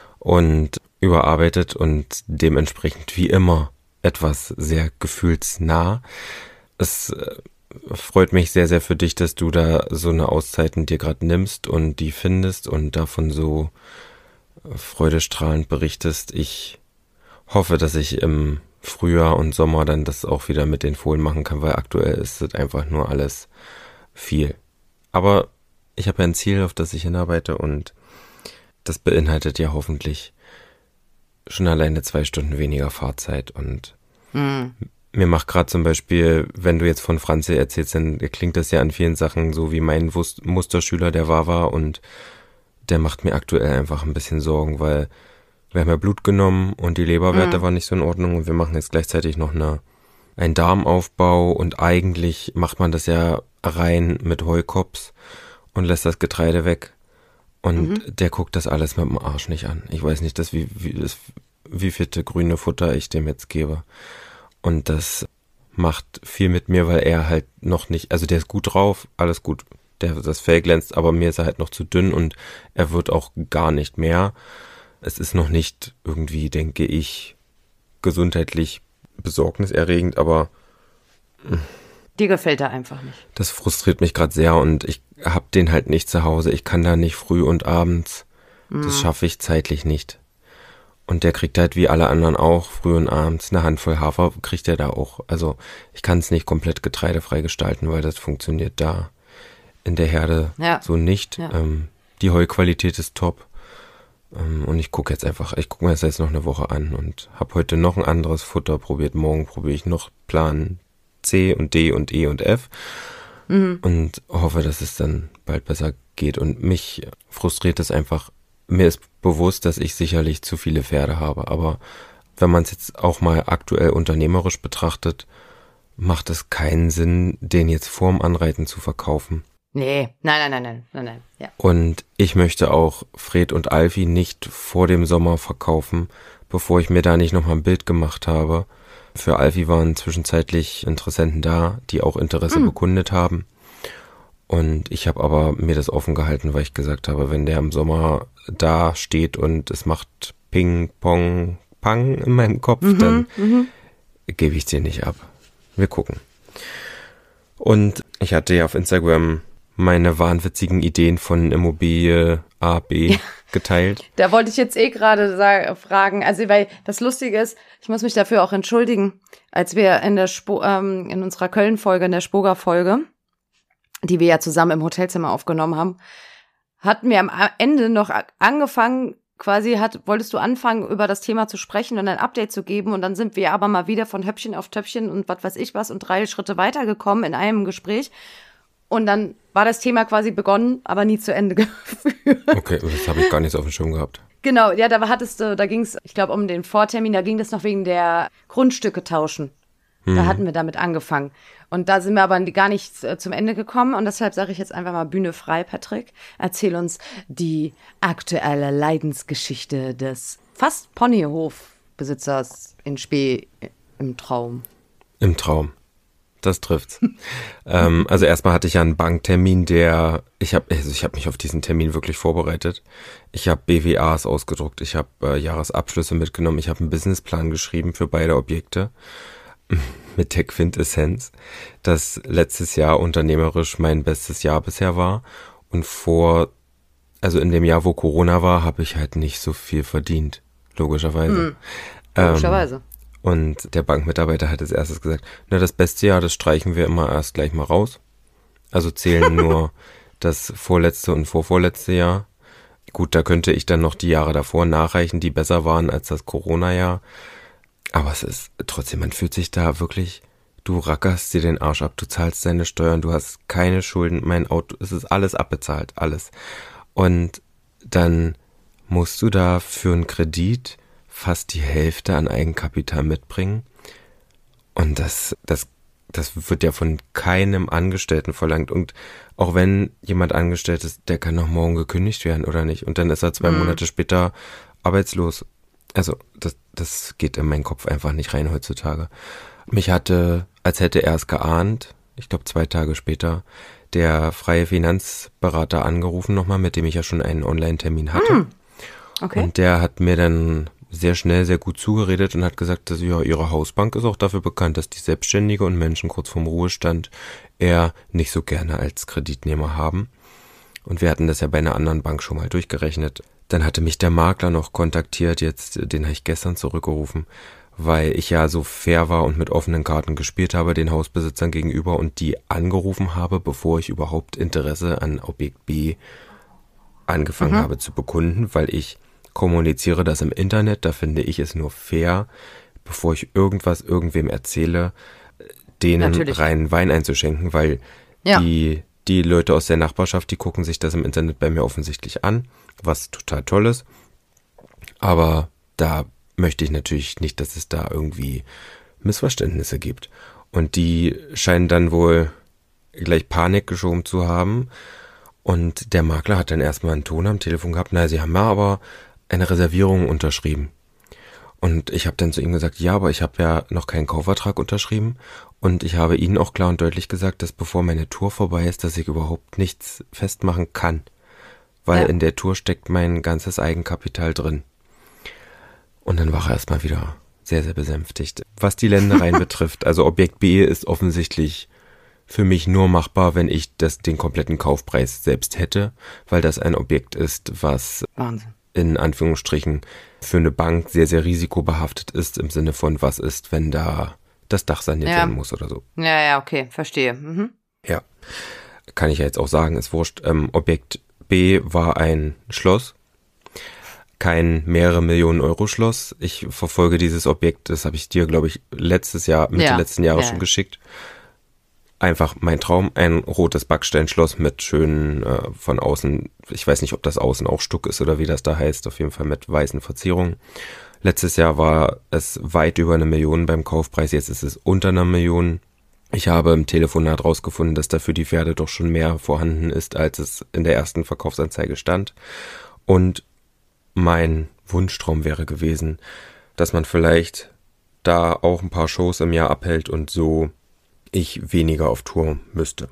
und überarbeitet und dementsprechend wie immer etwas sehr gefühlsnah. Es freut mich sehr, sehr für dich, dass du da so eine Auszeiten dir gerade nimmst und die findest und davon so freudestrahlend berichtest. Ich hoffe, dass ich im Frühjahr und Sommer dann das auch wieder mit den Fohlen machen kann, weil aktuell ist es einfach nur alles viel. Aber ich habe ja ein Ziel, auf das ich hinarbeite und das beinhaltet ja hoffentlich schon alleine 2 Stunden weniger Fahrzeit und mir macht gerade zum Beispiel, wenn du jetzt von Franzi erzählst, dann klingt das ja an vielen Sachen so wie mein Musterschüler, der war und der macht mir aktuell einfach ein bisschen Sorgen, weil wir haben ja Blut genommen und die Leberwerte waren nicht so in Ordnung und wir machen jetzt gleichzeitig noch einen Darmaufbau und eigentlich macht man das ja rein mit Heukops und lässt das Getreide weg. Und der guckt das alles mit dem Arsch nicht an. Ich weiß nicht, wie viele grüne Futter ich dem jetzt gebe. Und das macht viel mit mir, weil er halt noch nicht, also der ist gut drauf, alles gut. Das Fell glänzt, aber mir ist er halt noch zu dünn und er wird auch gar nicht mehr. Es ist noch nicht irgendwie, denke ich, gesundheitlich besorgniserregend, aber Dir gefällt er einfach nicht. das frustriert mich gerade sehr und ich hab den halt nicht zu Hause. Ich kann da nicht früh und abends. Das schaffe ich zeitlich nicht. Und der kriegt halt wie alle anderen auch früh und abends eine Handvoll Hafer, kriegt er da auch. Also ich kann es nicht komplett getreidefrei gestalten, weil das funktioniert da in der Herde so nicht. Ja. Die Heuqualität ist top. Und ich gucke mir das jetzt noch eine Woche an und habe heute noch ein anderes Futter probiert. Morgen probiere ich noch Plan C und D und E und F und hoffe, dass es dann bald besser geht. Und mich frustriert es einfach. Mir ist bewusst, dass ich sicherlich zu viele Pferde habe, aber wenn man es jetzt auch mal aktuell unternehmerisch betrachtet, macht es keinen Sinn, den jetzt vorm Anreiten zu verkaufen. Nee, nein. Ja. Und ich möchte auch Fred und Alfie nicht vor dem Sommer verkaufen, bevor ich mir da nicht nochmal ein Bild gemacht habe. Für Alfie waren zwischenzeitlich Interessenten da, die auch Interesse bekundet haben. Und ich habe aber mir das offen gehalten, weil ich gesagt habe, wenn der im Sommer da steht und es macht Ping, Pong, Pang in meinem Kopf, dann gebe ich den nicht ab. Wir gucken. Und ich hatte ja auf Instagram meine wahnwitzigen Ideen von Immobilie A, B geteilt. Da wollte ich jetzt gerade fragen, also weil das Lustige ist, ich muss mich dafür auch entschuldigen, als wir in der in unserer Köln-Folge, in der Spoga-Folge, die wir ja zusammen im Hotelzimmer aufgenommen haben, hatten wir am Ende noch angefangen, wolltest du anfangen, über das Thema zu sprechen und ein Update zu geben und dann sind wir aber mal wieder von Höppchen auf Töpfchen und was weiß ich was und 3 Schritte weitergekommen in einem Gespräch und dann war das Thema quasi begonnen, aber nie zu Ende geführt. Okay, das habe ich gar nicht so auf dem Schirm gehabt. Genau, ja, da ging es, ich glaube, um den Vortermin, da ging das noch wegen der Grundstücke tauschen. Da hatten wir damit angefangen. Und da sind wir aber gar nicht zum Ende gekommen. Und deshalb sage ich jetzt einfach mal Bühne frei, Patrick. Erzähl uns die aktuelle Leidensgeschichte des fast Ponyhofbesitzers in Spee im Traum. Im Traum. Das trifft's. Also erstmal hatte ich ja einen Banktermin, ich habe mich auf diesen Termin wirklich vorbereitet. Ich habe BWAs ausgedruckt, ich habe Jahresabschlüsse mitgenommen, ich habe einen Businessplan geschrieben für beide Objekte. Mit der Quintessenz, dass letztes Jahr unternehmerisch mein bestes Jahr bisher war und also in dem Jahr, wo Corona war, habe ich halt nicht so viel verdient, logischerweise. Logischerweise. Und der Bankmitarbeiter hat als erstes gesagt, das beste Jahr, das streichen wir immer erst gleich mal raus. Also zählen nur das vorletzte und vorvorletzte Jahr. Gut, da könnte ich dann noch die Jahre davor nachreichen, die besser waren als das Corona-Jahr. Aber es ist trotzdem, man fühlt sich da wirklich, du rackerst dir den Arsch ab, du zahlst deine Steuern, du hast keine Schulden, mein Auto, es ist alles abbezahlt, alles. Und dann musst du da für einen Kredit fast die Hälfte an Eigenkapital mitbringen. Und das wird ja von keinem Angestellten verlangt. Und auch wenn jemand angestellt ist, der kann noch morgen gekündigt werden oder nicht. Und dann ist er 2 Monate später arbeitslos. Also das geht in meinen Kopf einfach nicht rein heutzutage. Mich hatte, als hätte er es geahnt, ich glaube 2 Tage später, der freie Finanzberater angerufen nochmal, mit dem ich ja schon einen Online-Termin hatte. Okay. Und der hat mir dann sehr schnell, sehr gut zugeredet und hat gesagt, dass ja, ihre Hausbank ist auch dafür bekannt, dass die Selbstständige und Menschen kurz vorm Ruhestand eher nicht so gerne als Kreditnehmer haben. Und wir hatten das ja bei einer anderen Bank schon mal durchgerechnet. Dann hatte mich der Makler noch kontaktiert, den habe ich gestern zurückgerufen, weil ich ja so fair war und mit offenen Karten gespielt habe den Hausbesitzern gegenüber und die angerufen habe, bevor ich überhaupt Interesse an Objekt B angefangen habe zu bekunden, weil ich kommuniziere das im Internet, da finde ich es nur fair, bevor ich irgendwem erzähle, denen reinen Wein einzuschenken, weil die Leute aus der Nachbarschaft, die gucken sich das im Internet bei mir offensichtlich an, was total toll ist, aber da möchte ich natürlich nicht, dass es da irgendwie Missverständnisse gibt. Und die scheinen dann wohl gleich Panik geschoben zu haben. Und der Makler hat dann erstmal einen Ton am Telefon gehabt, sie haben ja aber eine Reservierung unterschrieben. Und ich habe dann zu ihm gesagt, ja, aber ich habe ja noch keinen Kaufvertrag unterschrieben. Und ich habe ihnen auch klar und deutlich gesagt, dass bevor meine Tour vorbei ist, dass ich überhaupt nichts festmachen kann. Weil in der Tour steckt mein ganzes Eigenkapital drin. Und dann war er erstmal wieder sehr, sehr besänftigt. Was die Ländereien betrifft, also Objekt B ist offensichtlich für mich nur machbar, wenn ich den kompletten Kaufpreis selbst hätte, weil das ein Objekt ist, was in Anführungsstrichen für eine Bank sehr, sehr risikobehaftet ist, im Sinne von, was ist, wenn da das Dach saniert werden muss oder so. Ja, okay, verstehe. Mhm. Ja, kann ich ja jetzt auch sagen, ist wurscht. Objekt B war ein Schloss. Kein mehrere Millionen Euro Schloss. Ich verfolge dieses Objekt, das habe ich dir, glaube ich, Mitte letzten Jahres schon geschickt. Einfach mein Traum, ein rotes Backsteinschloss mit schönen, von außen, ich weiß nicht, ob das außen auch Stuck ist oder wie das da heißt, auf jeden Fall mit weißen Verzierungen. Letztes Jahr war es weit über 1 Million beim Kaufpreis, jetzt ist es unter 1 Million. Ich habe im Telefonat rausgefunden, dass da für die Pferde doch schon mehr vorhanden ist, als es in der ersten Verkaufsanzeige stand. Und mein Wunschtraum wäre gewesen, dass man vielleicht da auch ein paar Shows im Jahr abhält und so ich weniger auf Tour müsste.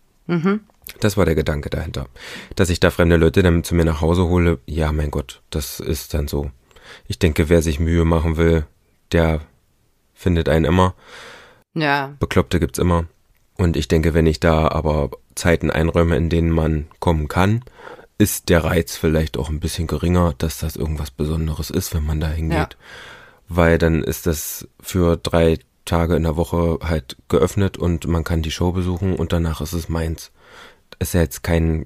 Das war der Gedanke dahinter. Dass ich da fremde Leute dann zu mir nach Hause hole, ja, mein Gott, das ist dann so. Ich denke, wer sich Mühe machen will, der findet einen immer. Ja. Bekloppte gibt's immer. Und ich denke, wenn ich da aber Zeiten einräume, in denen man kommen kann, ist der Reiz vielleicht auch ein bisschen geringer, dass das irgendwas Besonderes ist, wenn man da hingeht. Ja. Weil dann ist das für 3 Tage in der Woche halt geöffnet und man kann die Show besuchen und danach ist es meins. Ist ja jetzt keine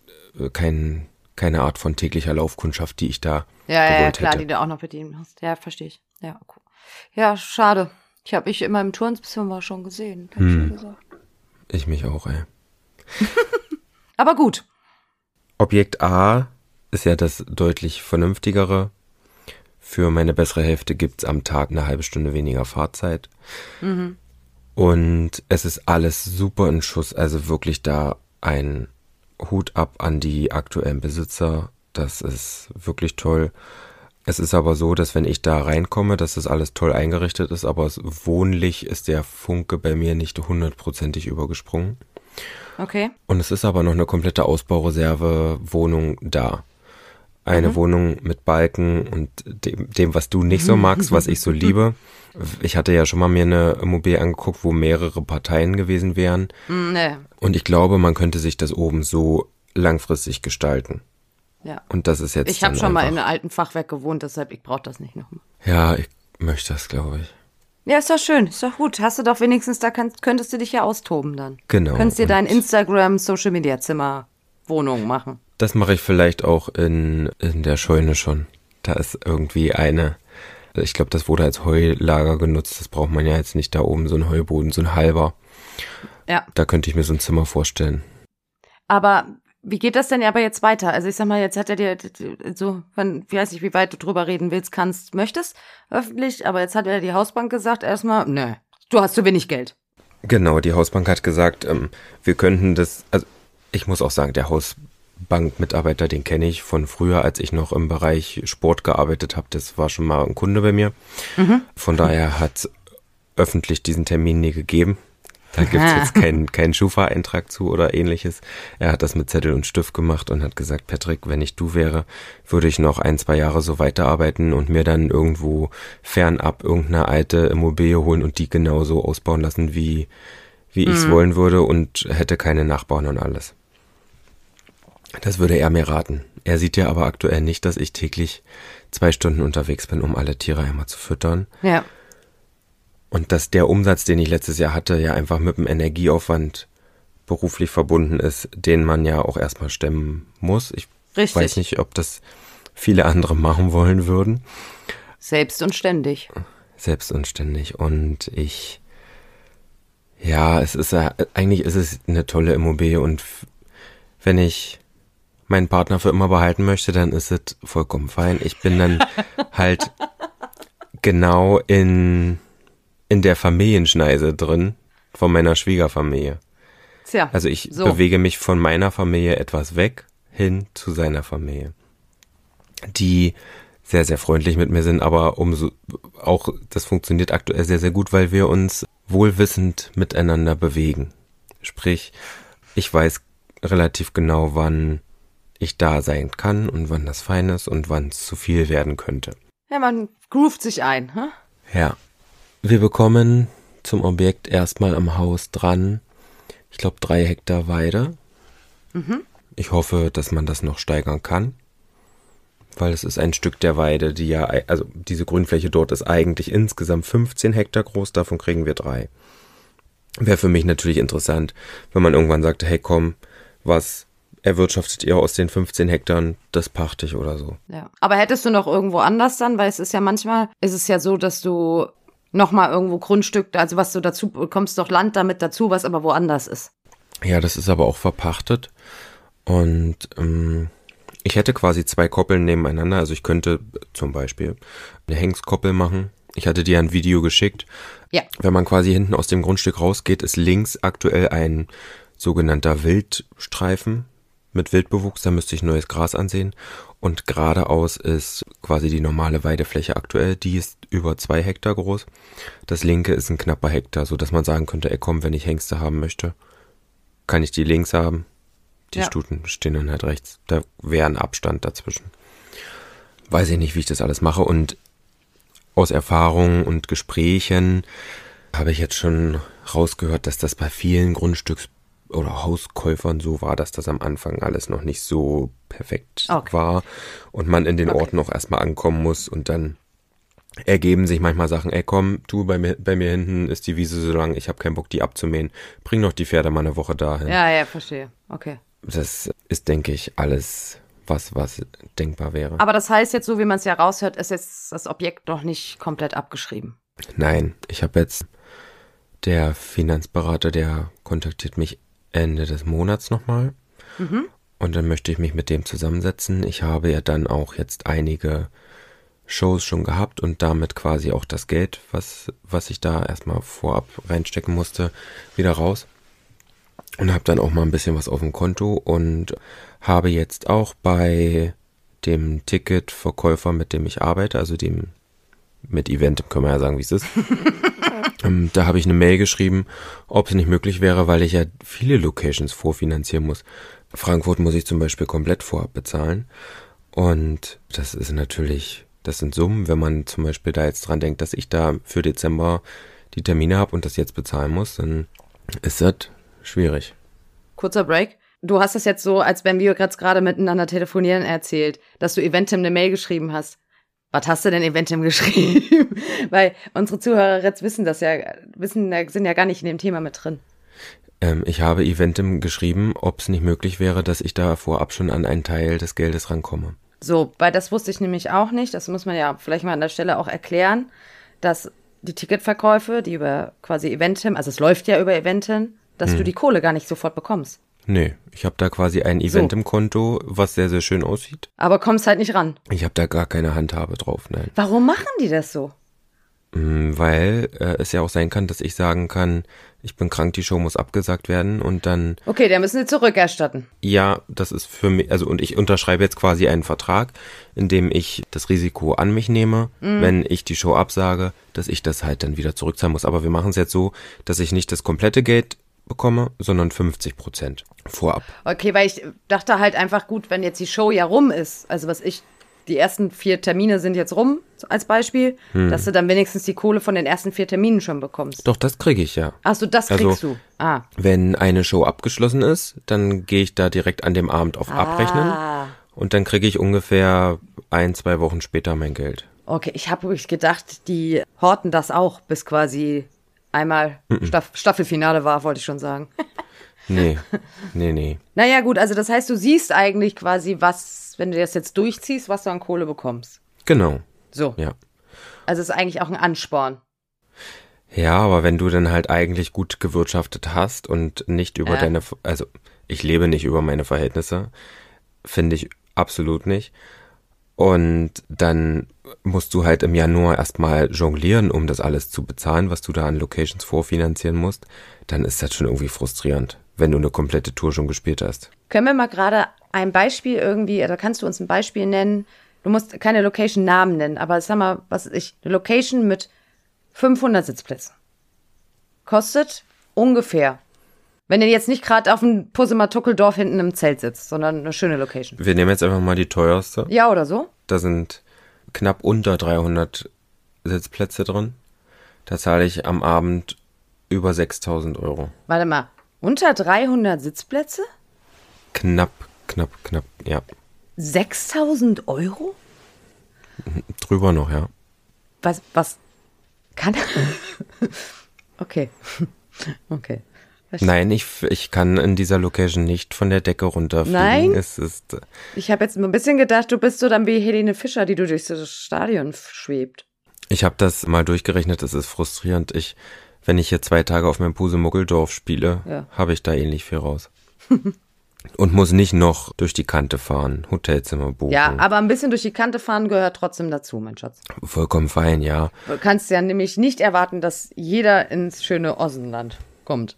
Art von täglicher Laufkundschaft, die ich da gewollt klar, hätte. Die du auch noch bedienen hast. Ja, verstehe ich. Ja, cool. Ja, schade. Ich habe mich in meinem Turnsbistum schon gesehen. Hab ich schon gesagt. Ich mich auch, ey. Aber gut. Objekt A ist ja das deutlich vernünftigere. Für meine bessere Hälfte gibt's am Tag eine halbe Stunde weniger Fahrzeit. Und es ist alles super in Schuss. Also wirklich da ein Hut ab an die aktuellen Besitzer. Das ist wirklich toll. Es ist aber so, dass wenn ich da reinkomme, dass das alles toll eingerichtet ist, aber wohnlich ist der Funke bei mir nicht 100%ig übergesprungen. Okay. Und es ist aber noch eine komplette Ausbaureserve-Wohnung da. Eine Wohnung mit Balken und dem, was du nicht so magst, was ich so liebe. Ich hatte ja schon mal mir eine Immobilie angeguckt, wo mehrere Parteien gewesen wären. Nee. Und ich glaube, man könnte sich das oben so langfristig gestalten. Ja. Und das ist jetzt Ich habe schon mal in einem alten Fachwerk gewohnt, deshalb ich brauche das nicht nochmal. Ja, ich möchte das, glaube ich. Ja, ist doch schön, ist doch gut. Hast du doch wenigstens, könntest du dich ja austoben dann. Genau. Könntest dir dein Instagram-Social-Media-Zimmer Wohnung machen. Das mache ich vielleicht auch in der Scheune schon. Da ist irgendwie ich glaube, das wurde als Heulager genutzt. Das braucht man ja jetzt nicht da oben, so ein Heuboden, so ein halber. Ja. Da könnte ich mir so ein Zimmer vorstellen. Aber wie geht das denn aber jetzt weiter? Also ich sag mal, jetzt hat er dir so, ich weiß nicht, wie weit du drüber reden willst, möchtest, öffentlich, aber jetzt hat er die Hausbank gesagt, erstmal, ne, du hast zu wenig Geld. Genau, die Hausbank hat gesagt, wir könnten das, also ich muss auch sagen, der Hausbankmitarbeiter, den kenne ich von früher, als ich noch im Bereich Sport gearbeitet habe. Das war schon mal ein Kunde bei mir. Von daher hat öffentlich diesen Termin nie gegeben. Da gibt's jetzt keinen Schufa-Eintrag zu oder ähnliches. Er hat das mit Zettel und Stift gemacht und hat gesagt, Patrick, wenn ich du wäre, würde ich noch 1-2 Jahre so weiterarbeiten und mir dann irgendwo fernab irgendeine alte Immobilie holen und die genauso ausbauen lassen, wie ich es wollen würde und hätte keine Nachbarn und alles. Das würde er mir raten. Er sieht ja aber aktuell nicht, dass ich täglich 2 Stunden unterwegs bin, um alle Tiere einmal zu füttern. Ja. Und dass der Umsatz, den ich letztes Jahr hatte, ja einfach mit dem Energieaufwand beruflich verbunden ist, den man ja auch erstmal stemmen muss. Ich weiß nicht, ob das viele andere machen wollen würden. Selbst und ständig. Selbst und ständig. Und eigentlich ist es eine tolle Immobilie und wenn ich meinen Partner für immer behalten möchte, dann ist es vollkommen fein. Ich bin dann halt genau in der Familienschneise drin von meiner Schwiegerfamilie. Tja, also ich bewege mich von meiner Familie etwas weg hin zu seiner Familie, die sehr, sehr freundlich mit mir sind, aber das funktioniert aktuell sehr, sehr gut, weil wir uns wohlwissend miteinander bewegen. Sprich, ich weiß relativ genau, wann ich da sein kann und wann das fein ist und wann es zu viel werden könnte. Ja, man groovt sich ein, hä? Ja. Wir bekommen zum Objekt erstmal am Haus dran, ich glaube 3 Hektar Weide. Mhm. Ich hoffe, dass man das noch steigern kann, weil es ist ein Stück der Weide, also diese Grünfläche dort ist eigentlich insgesamt 15 Hektar groß, davon kriegen wir 3. Wäre für mich natürlich interessant, wenn man irgendwann sagt, hey komm, was erwirtschaftet ihr aus den 15 Hektar, das pachte ich oder so. Ja. Aber hättest du noch irgendwo anders dann, weil es ist ja manchmal, ist es ja so, dass du nochmal irgendwo Grundstück, also was du dazu bekommst, doch Land damit dazu, was aber woanders ist. Ja, das ist aber auch verpachtet und ich hätte quasi 2 Koppeln nebeneinander, also ich könnte zum Beispiel eine Hengstkoppel machen. Ich hatte dir ein Video geschickt. Ja. Wenn man quasi hinten aus dem Grundstück rausgeht, ist links aktuell ein sogenannter Wildstreifen mit Wildbewuchs, da müsste ich neues Gras ansehen. Und geradeaus ist quasi die normale Weidefläche aktuell, die ist über 2 Hektar groß. Das linke ist ein knapper Hektar, so dass man sagen könnte, ey komm, wenn ich Hengste haben möchte, kann ich die links haben. Die Stuten stehen dann halt rechts. Da wäre ein Abstand dazwischen. Weiß ich nicht, wie ich das alles mache. Und aus Erfahrungen und Gesprächen habe ich jetzt schon rausgehört, dass das bei vielen oder Hauskäufern so war, dass das am Anfang alles noch nicht so perfekt war und man in den Orten auch erstmal ankommen muss und dann ergeben sich manchmal Sachen, ey komm, du, bei mir hinten ist die Wiese so lang, ich habe keinen Bock, die abzumähen, bring doch die Pferde mal eine Woche dahin. Ja, verstehe, okay. Das ist, denke ich, alles, was denkbar wäre. Aber das heißt jetzt, so wie man es ja raushört, ist jetzt das Objekt noch nicht komplett abgeschrieben? Nein, ich habe jetzt der Finanzberater, der kontaktiert mich Ende des Monats nochmal. Mhm. Und dann möchte ich mich mit dem zusammensetzen. Ich habe ja dann auch jetzt einige Shows schon gehabt und damit quasi auch das Geld, was ich da erstmal vorab reinstecken musste, wieder raus. Und habe dann auch mal ein bisschen was auf dem Konto und habe jetzt auch bei dem Ticketverkäufer, mit dem ich arbeite, also mit Eventim, können wir ja sagen, wie es ist. Da habe ich eine Mail geschrieben, ob es nicht möglich wäre, weil ich ja viele Locations vorfinanzieren muss. Frankfurt muss ich zum Beispiel komplett vorab bezahlen. Und das sind Summen, wenn man zum Beispiel da jetzt dran denkt, dass ich da für Dezember die Termine habe und das jetzt bezahlen muss, dann ist das schwierig. Kurzer Break. Du hast es jetzt so, als wenn wir jetzt gerade miteinander telefonieren, erzählt, dass du Eventim eine Mail geschrieben hast. Was hast du denn Eventim geschrieben? Weil unsere Zuhörer jetzt sind ja gar nicht in dem Thema mit drin. Ich habe Eventim geschrieben, ob es nicht möglich wäre, dass ich da vorab schon an einen Teil des Geldes rankomme. So, weil das wusste ich nämlich auch nicht. Das muss man ja vielleicht mal an der Stelle auch erklären, dass die Ticketverkäufe, die über quasi Eventim, also es läuft ja über Eventim, dass du die Kohle gar nicht sofort bekommst. Nee, ich habe da quasi ein Eventim-Konto, was sehr, sehr schön aussieht. Aber kommst halt nicht ran. Ich habe da gar keine Handhabe drauf, nein. Warum machen die das so? Weil es ja auch sein kann, dass ich sagen kann, ich bin krank, die Show muss abgesagt werden und dann... Okay, der müssen Sie zurückerstatten. Ja, das ist für mich, also und ich unterschreibe jetzt quasi einen Vertrag, in dem ich das Risiko an mich nehme, wenn ich die Show absage, dass ich das halt dann wieder zurückzahlen muss. Aber wir machen es jetzt so, dass ich nicht das komplette Geld bekomme, sondern 50% vorab. Okay, weil ich dachte halt einfach, gut, wenn jetzt die Show ja rum ist, also die ersten 4 Termine sind jetzt rum, als Beispiel, dass du dann wenigstens die Kohle von den ersten 4 Terminen schon bekommst. Doch, das kriege ich ja. Ach so, das kriegst du. Ah. Wenn eine Show abgeschlossen ist, dann gehe ich da direkt an dem Abend auf Abrechnen und dann kriege ich ungefähr 1-2 Wochen später mein Geld. Okay, ich habe wirklich gedacht, die horten das auch, bis quasi einmal Staffelfinale war, wollte ich schon sagen. Nee. Naja gut, also das heißt, du siehst eigentlich quasi, was, wenn du das jetzt durchziehst, was du an Kohle bekommst. Genau. So. Ja. Also es ist eigentlich auch ein Ansporn. Ja, aber wenn du dann halt eigentlich gut gewirtschaftet hast und nicht über also ich lebe nicht über meine Verhältnisse, finde ich absolut nicht. Und dann musst du halt im Januar erstmal jonglieren, um das alles zu bezahlen, was du da an Locations vorfinanzieren musst, dann ist das schon irgendwie frustrierend, wenn du eine komplette Tour schon gespielt hast. Können wir mal gerade ein Beispiel irgendwie, oder kannst du uns ein Beispiel nennen? Du musst keine Location-Namen nennen, aber sag mal, eine Location mit 500 Sitzplätzen. Kostet ungefähr, wenn ihr jetzt nicht gerade auf dem Pussematt-Tuckeldorf hinten im Zelt sitzt, sondern eine schöne Location. Wir nehmen jetzt einfach mal die teuerste. Ja, oder so? Da sind knapp unter 300 Sitzplätze drin. Da zahle ich am Abend über 6.000 Euro. Warte mal, unter 300 Sitzplätze? Knapp, ja. 6.000 Euro? Drüber noch, ja. Was kann... Okay. Nein, ich kann in dieser Location nicht von der Decke runterfliegen. Nein? Es ist... Ich habe jetzt ein bisschen gedacht, du bist so dann wie Helene Fischer, die du durch das Stadion schwebt. Ich habe das mal durchgerechnet, es ist frustrierend. Wenn ich hier 2 Tage auf meinem Pusemuckeldorf spiele, habe ich da ähnlich viel raus. Und muss nicht noch durch die Kante fahren, Hotelzimmer buchen. Ja, aber ein bisschen durch die Kante fahren gehört trotzdem dazu, mein Schatz. Vollkommen fein, ja. Du kannst ja nämlich nicht erwarten, dass jeder ins schöne Ossenland kommt.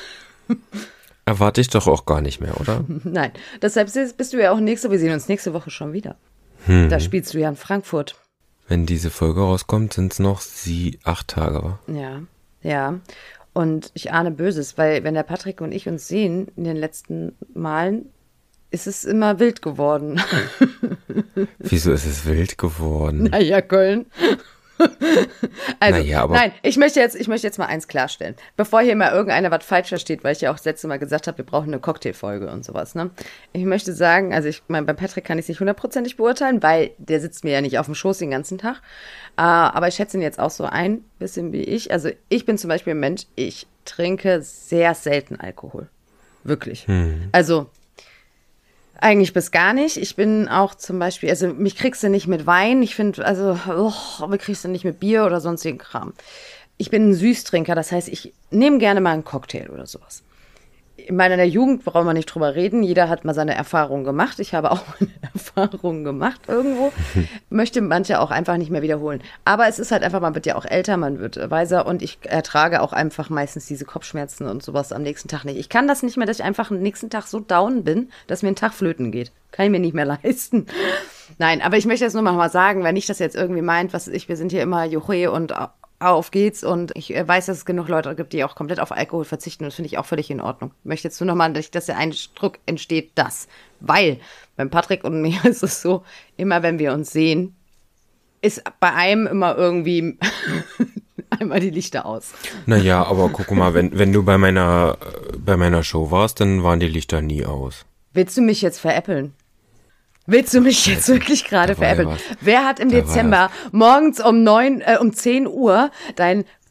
Erwarte ich doch auch gar nicht mehr, oder? Nein, deshalb bist du ja auch wir sehen uns nächste Woche schon wieder. Da spielst du ja in Frankfurt. Wenn diese Folge rauskommt, sind es noch 8 Tage. Ja. Und ich ahne Böses, weil wenn der Patrick und ich uns sehen in den letzten Malen, ist es immer wild geworden. Wieso ist es wild geworden? Naja, Köln. Also, aber nein, ich möchte jetzt mal eins klarstellen. Bevor hier mal irgendeiner was falsch versteht, weil ich ja auch das letzte Mal gesagt habe, wir brauchen eine Cocktailfolge und sowas, ne? Ich möchte sagen, also ich meine, bei Patrick kann ich es nicht 100% beurteilen, weil der sitzt mir ja nicht auf dem Schoß den ganzen Tag. Aber ich schätze ihn jetzt auch so ein bisschen wie ich. Also ich bin zum Beispiel ein Mensch, ich trinke sehr selten Alkohol. Wirklich. Also eigentlich bis gar nicht. Ich bin auch zum Beispiel, also mich kriegst du nicht mit Wein. Ich finde, mich kriegst du nicht mit Bier oder sonstigen Kram. Ich bin ein Süßtrinker, das heißt, ich nehme gerne mal einen Cocktail oder sowas. In meiner Jugend brauchen wir nicht drüber reden. Jeder hat mal seine Erfahrungen gemacht. Ich habe auch meine Erfahrungen gemacht irgendwo. Möchte manche auch einfach nicht mehr wiederholen. Aber es ist halt einfach, man wird ja auch älter, man wird weiser und ich ertrage auch einfach meistens diese Kopfschmerzen und sowas am nächsten Tag nicht. Ich kann das nicht mehr, dass ich einfach am nächsten Tag so down bin, dass mir ein Tag flöten geht. Kann ich mir nicht mehr leisten. Nein, aber ich möchte jetzt nur mal sagen, wenn ich das jetzt irgendwie meint, wir sind hier immer Juche und auf geht's und ich weiß, dass es genug Leute gibt, die auch komplett auf Alkohol verzichten und das finde ich auch völlig in Ordnung. Ich möchte jetzt nur nochmal, dass der Eindruck entsteht, weil beim Patrick und mir ist es so, immer wenn wir uns sehen, ist bei einem immer irgendwie einmal die Lichter aus. Naja, aber guck mal, wenn du bei meiner Show warst, dann waren die Lichter nie aus. Willst du mich jetzt veräppeln? Willst du mich jetzt wirklich gerade veräppeln? Wer hat im Dezember morgens um 10 Uhr dein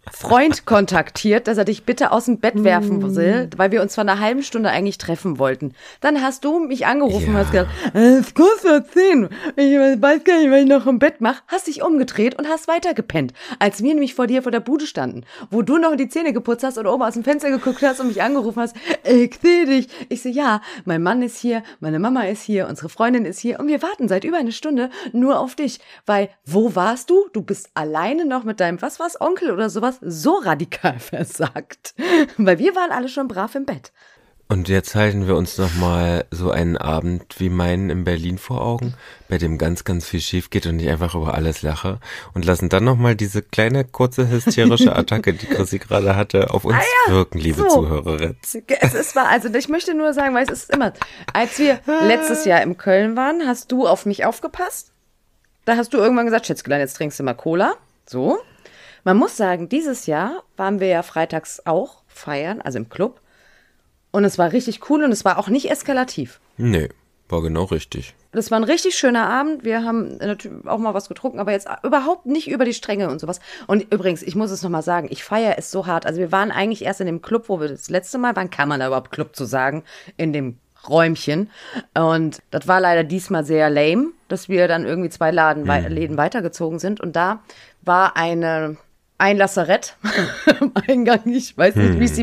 Freund kontaktiert, dass er dich bitte aus dem Bett werfen will, weil wir uns vor einer halben Stunde eigentlich treffen wollten. Dann hast du mich angerufen und hast gesagt, es kostet 10. Ich weiß gar nicht, was ich noch im Bett mache. Hast dich umgedreht und hast weitergepennt. Als wir nämlich vor dir vor der Bude standen, wo du noch die Zähne geputzt hast und oben aus dem Fenster geguckt hast und mich angerufen hast, ich sehe dich. Ich so, ja, mein Mann ist hier, meine Mama ist hier, unsere Freundin ist hier und wir warten seit über eine Stunde nur auf dich. Weil, wo warst du? Du bist alleine noch mit deinem, was war's, Onkel oder sowas, so radikal versagt. Weil wir waren alle schon brav im Bett. Und jetzt halten wir uns nochmal so einen Abend wie meinen in Berlin vor Augen, bei dem ganz, ganz viel schief geht und ich einfach über alles lache und lassen dann nochmal diese kleine, kurze, hysterische Attacke, die Chrissy gerade hatte, auf uns wirken, liebe Zuhörerin. Es ist wahr, also ich möchte nur sagen, weil es ist immer, als wir letztes Jahr in Köln waren, hast du auf mich aufgepasst. Da hast du irgendwann gesagt, Schätzelein, jetzt trinkst du mal Cola. So. Man muss sagen, dieses Jahr waren wir ja freitags auch feiern, also im Club. Und es war richtig cool und es war auch nicht eskalativ. Nee, war genau richtig. Das war ein richtig schöner Abend. Wir haben natürlich auch mal was getrunken, aber jetzt überhaupt nicht über die Stränge und sowas. Und übrigens, ich muss es nochmal sagen, ich feiere es so hart. Also wir waren eigentlich erst in dem Club, wo wir das letzte Mal waren, kann man da überhaupt Club zu sagen, in dem Räumchen. Und das war leider diesmal sehr lame, dass wir dann irgendwie 2 Läden weitergezogen sind. Und da war ein Lassarett am Eingang. Ich weiß nicht, wie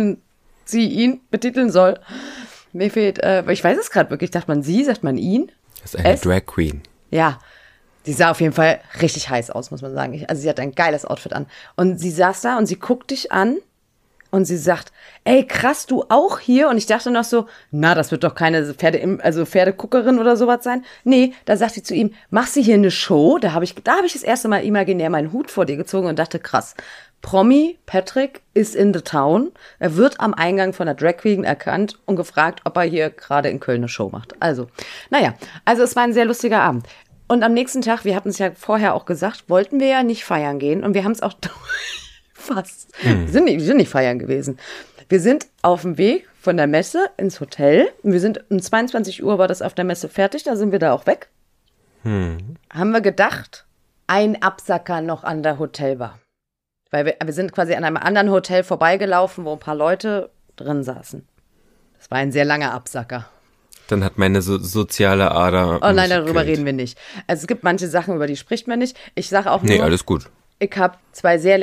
sie ihn betiteln soll. Mir fehlt, ich weiß es gerade wirklich, sagt man sie, sagt man ihn? Das ist eine Drag Queen. Ja, sie sah auf jeden Fall richtig heiß aus, muss man sagen. Also sie hat ein geiles Outfit an. Und sie saß da und sie guckt dich an und sie sagt, ey, krass, du auch hier? Und ich dachte noch so, na, das wird doch keine Pferdeguckerin oder sowas sein. Nee, da sagt sie zu ihm, machst du hier eine Show? Da hab ich das erste Mal imaginär meinen Hut vor dir gezogen und dachte, krass, Promi Patrick ist in the town. Er wird am Eingang von der Drag Queen erkannt und gefragt, ob er hier gerade in Köln eine Show macht. Also es war ein sehr lustiger Abend. Und am nächsten Tag, wir hatten es ja vorher auch gesagt, wollten wir ja nicht feiern gehen. Und wir haben es auch fast. Wir sind nicht feiern gewesen. Wir sind auf dem Weg von der Messe ins Hotel. Wir sind um 22 Uhr war das auf der Messe fertig. Da sind wir da auch weg. Haben wir gedacht, ein Absacker noch an der Hotelbar. Weil wir sind quasi an einem anderen Hotel vorbeigelaufen, wo ein paar Leute drin saßen. Das war ein sehr langer Absacker. Dann hat meine soziale Ader. Oh nein, darüber reden wir nicht. Also es gibt manche Sachen, über die spricht man nicht. Ich sage auch nur, nee, alles gut. Ich habe 2 sehr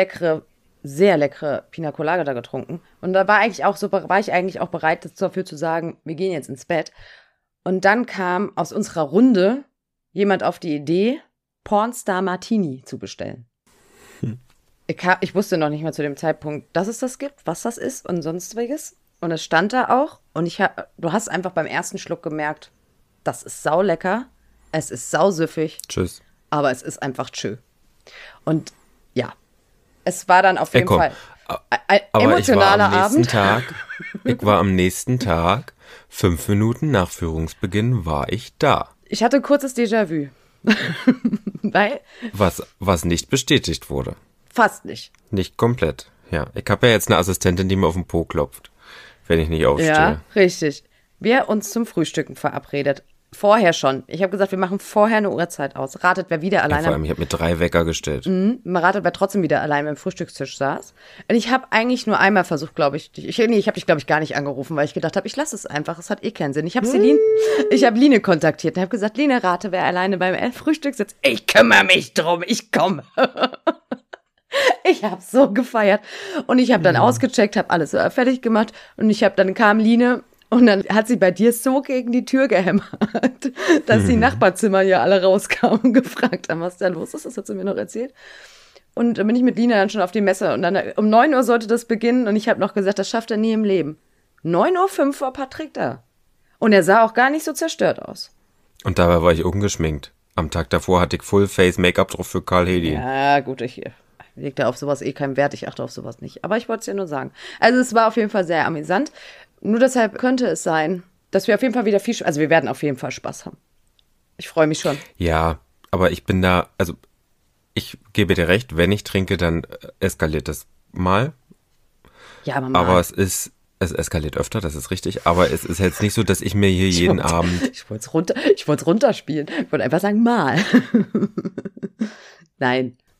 leckere Pina Colada getrunken. Und da war ich eigentlich auch bereit dafür zu sagen, wir gehen jetzt ins Bett. Und dann kam aus unserer Runde jemand auf die Idee, Pornstar Martini zu bestellen. Ich wusste noch nicht mal zu dem Zeitpunkt, dass es das gibt, was das ist und sonstiges. Und es stand da auch. Und du hast einfach beim ersten Schluck gemerkt, das ist saulecker, es ist sausüffig. Tschüss. Aber es ist einfach tschö. Und ja, es war dann auf jeden Fall ein emotionaler Abend. Ich war am nächsten Tag, 5 Minuten nach Führungsbeginn, war ich da. Ich hatte ein kurzes Déjà-vu. Weil? Was nicht bestätigt wurde. Fast nicht. Nicht komplett, ja. Ich habe ja jetzt eine Assistentin, die mir auf den Po klopft, wenn ich nicht aufstehe. Ja, richtig. Wir uns zum Frühstücken verabredet. Vorher schon. Ich habe gesagt, wir machen vorher eine Uhrzeit aus. Ratet, wer wieder alleine... Vor allem, ich habe mir 3 Wecker gestellt. Ratet, wer trotzdem wieder allein beim Frühstückstisch saß. Und ich habe eigentlich nur einmal versucht, glaube ich... Ich habe dich, glaube ich, gar nicht angerufen, weil ich gedacht habe, ich lasse es einfach. Es hat eh keinen Sinn. Ich habe Line kontaktiert und habe gesagt, Line, rate, wer alleine beim Frühstück sitzt. Ich kümmere mich drum, ich komme. Ich habe so gefeiert. Und ich habe dann ausgecheckt, habe alles fertig gemacht. Und dann kam Line... Und dann hat sie bei dir so gegen die Tür gehämmert, dass die Nachbarzimmer hier alle rauskamen und gefragt haben, was da los ist. Das hat sie mir noch erzählt. Und dann bin ich mit Lina dann schon auf die Messe. Und dann um 9 Uhr sollte das beginnen. Und ich habe noch gesagt, das schafft er nie im Leben. 9:05 Uhr war Patrick da. Und er sah auch gar nicht so zerstört aus. Und dabei war ich ungeschminkt. Am Tag davor hatte ich Full-Face-Make-up drauf für Karl Hedin. Ja, gut, ich leg da auf sowas eh keinen Wert. Ich achte auf sowas nicht. Aber ich wollte es ja nur sagen. Also es war auf jeden Fall sehr amüsant. Nur deshalb könnte es sein, dass wir auf jeden Fall wieder wir werden auf jeden Fall Spaß haben. Ich freue mich schon. Ja, aber ich bin da, also ich gebe dir recht, wenn ich trinke, dann eskaliert das mal. Ja, aber mal. Aber es eskaliert öfter, das ist richtig, aber es ist jetzt nicht so, dass ich mir hier jeden Abend... Ich wollte es runterspielen. Ich wollte einfach sagen, mal. Nein.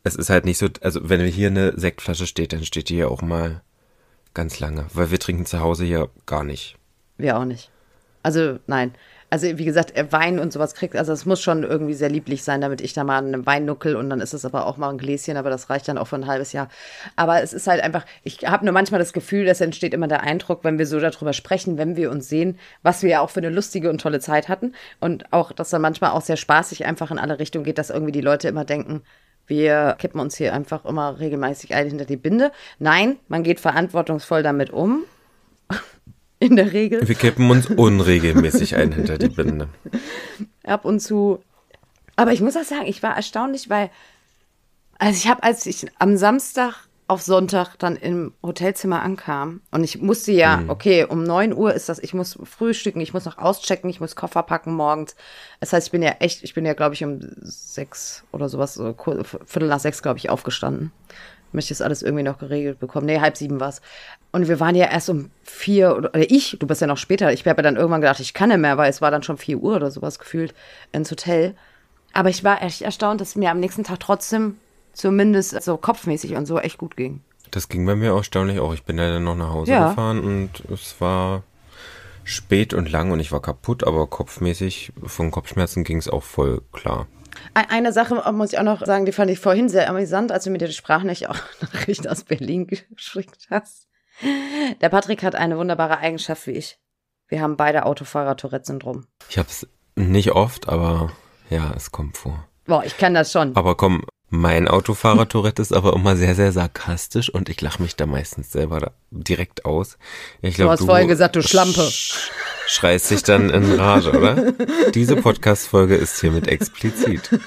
es ist halt nicht so, also wenn hier eine Sektflasche steht, dann steht die ja auch mal ganz lange, weil wir trinken zu Hause hier gar nicht. Wir auch nicht. Also, nein. Also, wie gesagt, Wein und sowas kriegt, also es muss schon irgendwie sehr lieblich sein, damit ich da mal einen Wein nuckel und dann ist es aber auch mal ein Gläschen, aber das reicht dann auch für ein halbes Jahr. Aber es ist halt einfach, ich habe nur manchmal das Gefühl, dass entsteht immer der Eindruck, wenn wir so darüber sprechen, wenn wir uns sehen, was wir ja auch für eine lustige und tolle Zeit hatten und auch, dass dann manchmal auch sehr spaßig einfach in alle Richtungen geht, dass irgendwie die Leute immer denken, wir kippen uns hier einfach immer regelmäßig ein hinter die Binde. Nein, man geht verantwortungsvoll damit um. In der Regel. Wir kippen uns unregelmäßig ein hinter die Binde. Ab und zu. Aber ich muss auch sagen, ich war erstaunlich, weil als ich am Samstag auf Sonntag dann im Hotelzimmer ankam und ich musste ja, okay, um 9 Uhr ist das, ich muss frühstücken, ich muss noch auschecken, ich muss Koffer packen morgens. Das heißt, ich bin ja, glaube ich, um 6 oder sowas, so Viertel nach 6, glaube ich, aufgestanden. Möchte das alles irgendwie noch geregelt bekommen. Nee, 6:30 war's. Und wir waren ja erst um 4 oder du bist ja noch später. Ich habe ja dann irgendwann gedacht, ich kann nicht mehr, weil es war dann schon 4 Uhr oder sowas gefühlt ins Hotel. Aber ich war echt erstaunt, dass es mir am nächsten Tag trotzdem zumindest so kopfmäßig und so echt gut ging. Das ging bei mir erstaunlich auch. Ich bin ja dann noch nach Hause gefahren und es war spät und lang und ich war kaputt, aber kopfmäßig von Kopfschmerzen ging es auch voll klar. Eine Sache muss ich auch noch sagen, die fand ich vorhin sehr amüsant, als du mir die Sprachnachricht aus Berlin geschickt hast. Der Patrick hat eine wunderbare Eigenschaft wie ich. Wir haben beide Autofahrer-Tourette-Syndrom. Ich habe es nicht oft, aber ja, es kommt vor. Boah, ich kann das schon. Aber komm, mein Autofahrer-Tourette ist aber immer sehr, sehr sarkastisch und ich lache mich da meistens selber direkt aus. Ich glaub, du hast vorhin gesagt, du Schlampe. Schreist dich dann in Rage, oder? Diese Podcast-Folge ist hiermit explizit. Du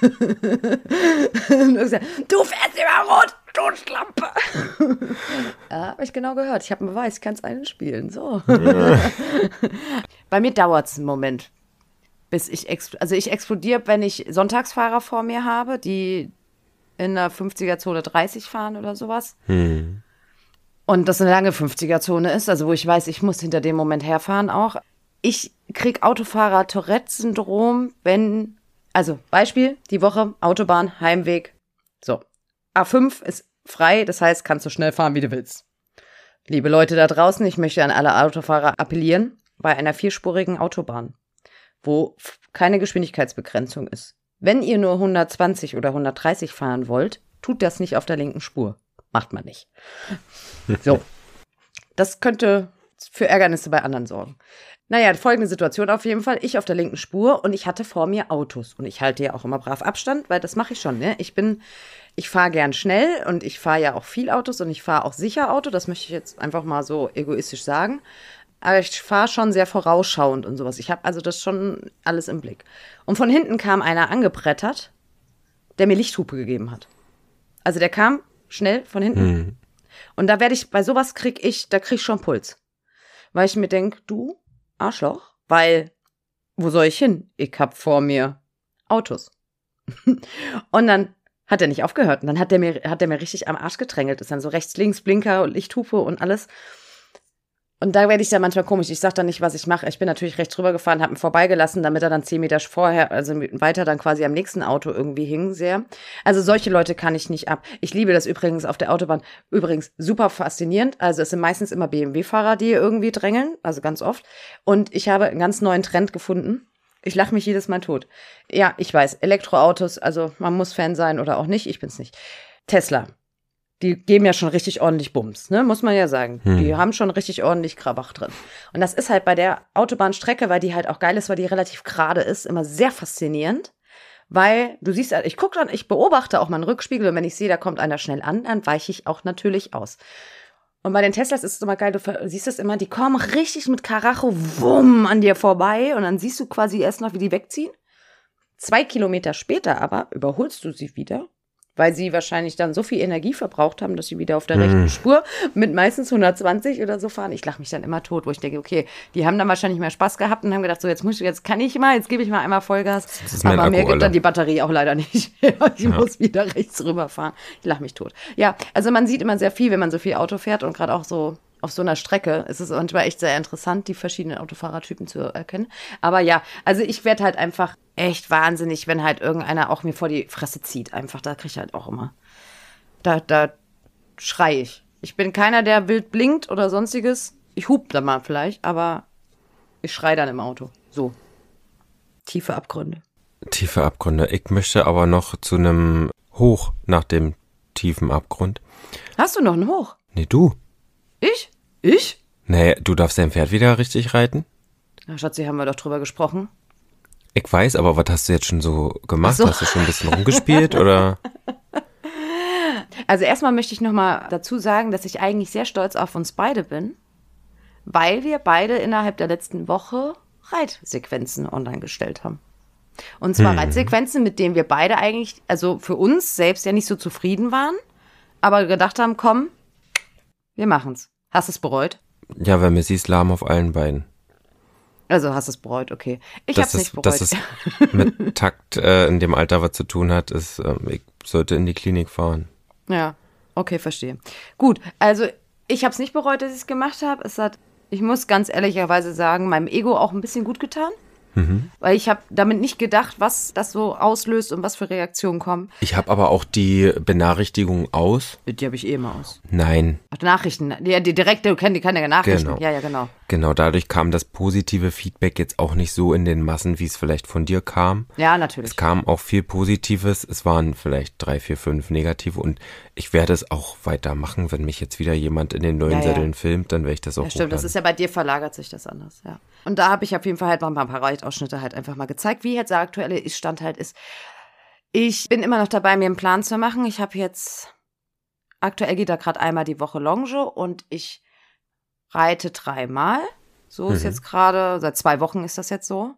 fährst immer rot, du Schlampe. Ja, habe ich genau gehört. Ich habe einen Beweis, ich kann es einspielen. So. Bei mir dauert es einen Moment, bis ich explodiere, wenn ich Sonntagsfahrer vor mir habe, die in der 50er-Zone 30 fahren oder sowas. Und das eine lange 50er-Zone ist, also wo ich weiß, ich muss hinter dem Moment herfahren auch. Ich krieg Autofahrer-Tourette-Syndrom, also Beispiel, die Woche, Autobahn, Heimweg. So, A5 ist frei, das heißt, kannst du schnell fahren, wie du willst. Liebe Leute da draußen, ich möchte an alle Autofahrer appellieren, bei einer 4-spurigen Autobahn, wo keine Geschwindigkeitsbegrenzung ist. Wenn ihr nur 120 oder 130 fahren wollt, tut das nicht auf der linken Spur. Macht man nicht. So, das könnte für Ärgernisse bei anderen sorgen. Naja, folgende Situation auf jeden Fall. Ich auf der linken Spur und ich hatte vor mir Autos. Und ich halte ja auch immer brav Abstand, weil das mache ich schon. Ne? Ich fahre gern schnell und ich fahre ja auch viel Autos und ich fahre auch sicher Auto. Das möchte ich jetzt einfach mal so egoistisch sagen. Aber ich fahre schon sehr vorausschauend und sowas. Ich habe also das schon alles im Blick. Und von hinten kam einer angebrettert, der mir Lichthupe gegeben hat. Also der kam schnell von hinten. Und da bei sowas krieg ich schon Puls. Weil ich mir denke, du Arschloch, weil, wo soll ich hin? Ich hab vor mir Autos. Und dann hat er nicht aufgehört. Und dann hat der mir richtig am Arsch gedrängelt. Ist dann so rechts, links, Blinker und Lichthupe und alles. Und da werde ich dann manchmal komisch. Ich sage dann nicht, was ich mache. Ich bin natürlich rechts rüber gefahren, habe ihn vorbeigelassen, damit er dann 10 Meter vorher, also weiter dann quasi am nächsten Auto irgendwie hing sehr. Also solche Leute kann ich nicht ab. Ich liebe das übrigens auf der Autobahn. Übrigens super faszinierend. Also es sind meistens immer BMW-Fahrer, die irgendwie drängeln, also ganz oft. Und ich habe einen ganz neuen Trend gefunden. Ich lache mich jedes Mal tot. Ja, ich weiß, Elektroautos, also man muss Fan sein oder auch nicht. Ich bin's nicht. Tesla. Die geben ja schon richtig ordentlich Bums, ne? Muss man ja sagen. Die haben schon richtig ordentlich Krabach drin. Und das ist halt bei der Autobahnstrecke, weil die halt auch geil ist, weil die relativ gerade ist, immer sehr faszinierend. Weil du siehst, ich beobachte auch meinen Rückspiegel und wenn ich sehe, da kommt einer schnell an, dann weiche ich auch natürlich aus. Und bei den Teslas ist es immer geil, du siehst das immer, die kommen richtig mit Karacho, wumm, an dir vorbei und dann siehst du quasi erst noch, wie die wegziehen. 2 Kilometer später aber überholst du sie wieder, weil sie wahrscheinlich dann so viel Energie verbraucht haben, dass sie wieder auf der rechten Spur mit meistens 120 oder so fahren. Ich lache mich dann immer tot, wo ich denke, okay, die haben dann wahrscheinlich mehr Spaß gehabt und haben gedacht, so jetzt gebe ich mal einmal Vollgas. Aber mir gibt dann die Batterie auch leider nicht. Ich muss wieder rechts rüberfahren. Ich lache mich tot. Ja, also man sieht immer sehr viel, wenn man so viel Auto fährt und gerade auch so auf so einer Strecke ist es manchmal echt sehr interessant, die verschiedenen Autofahrertypen zu erkennen. Aber ja, also ich werde halt einfach echt wahnsinnig, wenn halt irgendeiner auch mir vor die Fresse zieht. Einfach, da kriege ich halt auch immer da schrei ich. Ich bin keiner, der wild blinkt oder sonstiges. Ich hub da mal vielleicht, aber ich schrei dann im Auto. So. Tiefe Abgründe. Tiefe Abgründe. Ich möchte aber noch zu einem Hoch nach dem tiefen Abgrund. Hast du noch einen Hoch? Nee, du. Ich? Ich? Nee, du darfst dein Pferd wieder richtig reiten? Na, Schatzi, haben wir doch drüber gesprochen. Ich weiß, aber was hast du jetzt schon so gemacht? Ach so. Hast du schon ein bisschen rumgespielt oder? Also erstmal möchte ich nochmal dazu sagen, dass ich eigentlich sehr stolz auf uns beide bin, weil wir beide innerhalb der letzten Woche Reitsequenzen online gestellt haben. Und zwar Reitsequenzen, mit denen wir beide eigentlich, also für uns selbst ja nicht so zufrieden waren, aber gedacht haben, komm, wir machen's. Hast du es bereut? Ja, weil mir siehst lahm auf allen Beinen. Also hast du es bereut, okay. Ich hab's nicht bereut. Dass es mit Takt in dem Alter was zu tun hat, ist, ich sollte in die Klinik fahren. Ja, okay, verstehe. Gut, also ich habe es nicht bereut, dass ich es gemacht habe. Ich muss ganz ehrlicherweise sagen, meinem Ego auch ein bisschen gut getan. Weil ich habe damit nicht gedacht, was das so auslöst und was für Reaktionen kommen. Ich habe aber auch die Benachrichtigung aus. Die habe ich eh immer aus. Nein. Ach, Nachrichten, ja, die direkte, die kann ja Nachrichten. Genau. Ja, genau. Genau, dadurch kam das positive Feedback jetzt auch nicht so in den Massen, wie es vielleicht von dir kam. Ja, natürlich. Es kam auch viel Positives, es waren vielleicht 3, 4, 5 negative und ich werde es auch weitermachen, wenn mich jetzt wieder jemand in den neuen Sätteln filmt, dann werde ich das auch Ja, stimmt, das ist ja bei dir verlagert sich das anders, ja. Und da habe ich auf jeden Fall halt mal ein paar Reitausschnitte halt einfach mal gezeigt, wie jetzt der aktuelle Ist-Stand halt ist. Ich bin immer noch dabei, mir einen Plan zu machen. Ich habe jetzt, aktuell geht da gerade einmal die Woche Longe und ich reite 3-mal. So ist jetzt gerade, seit 2 Wochen ist das jetzt so.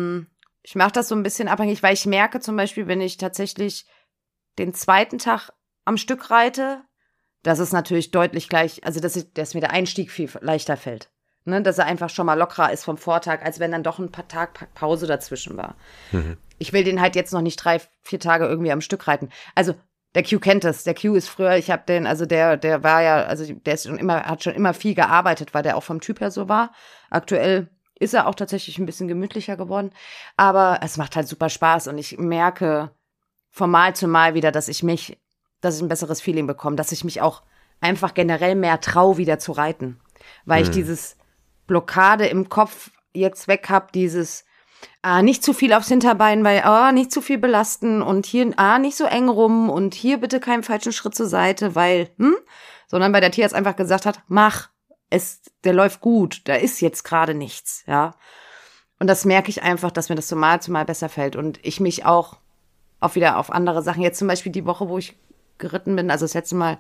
Ich mache das so ein bisschen abhängig, weil ich merke zum Beispiel, wenn ich tatsächlich den 2. Tag am Stück reite, dass es natürlich deutlich gleich, also dass mir der Einstieg viel leichter fällt. Ne, dass er einfach schon mal lockerer ist vom Vortag, als wenn dann doch ein paar Tage Pause dazwischen war. Ich will den halt jetzt noch nicht 3, 4 Tage irgendwie am Stück reiten. Also der Q kennt das. Der Q ist früher, ich habe den, also der war ja, also der ist hat schon immer viel gearbeitet, weil der auch vom Typ her so war. Aktuell ist er auch tatsächlich ein bisschen gemütlicher geworden. Aber es macht halt super Spaß und ich merke von Mal zu Mal wieder, dass ich ein besseres Feeling bekomme, dass ich mich auch einfach generell mehr traue, wieder zu reiten. Weil ich dieses Blockade im Kopf jetzt weg habe, dieses nicht zu viel aufs Hinterbein, weil nicht zu viel belasten und hier nicht so eng rum und hier bitte keinen falschen Schritt zur Seite, weil, sondern weil der Tierarzt einfach gesagt hat, mach, der läuft gut, da ist jetzt gerade nichts, ja. Und das merke ich einfach, dass mir das so Mal zu Mal besser fällt und ich mich auch wieder auf andere Sachen, jetzt zum Beispiel die Woche, wo ich geritten bin, also das letzte Mal,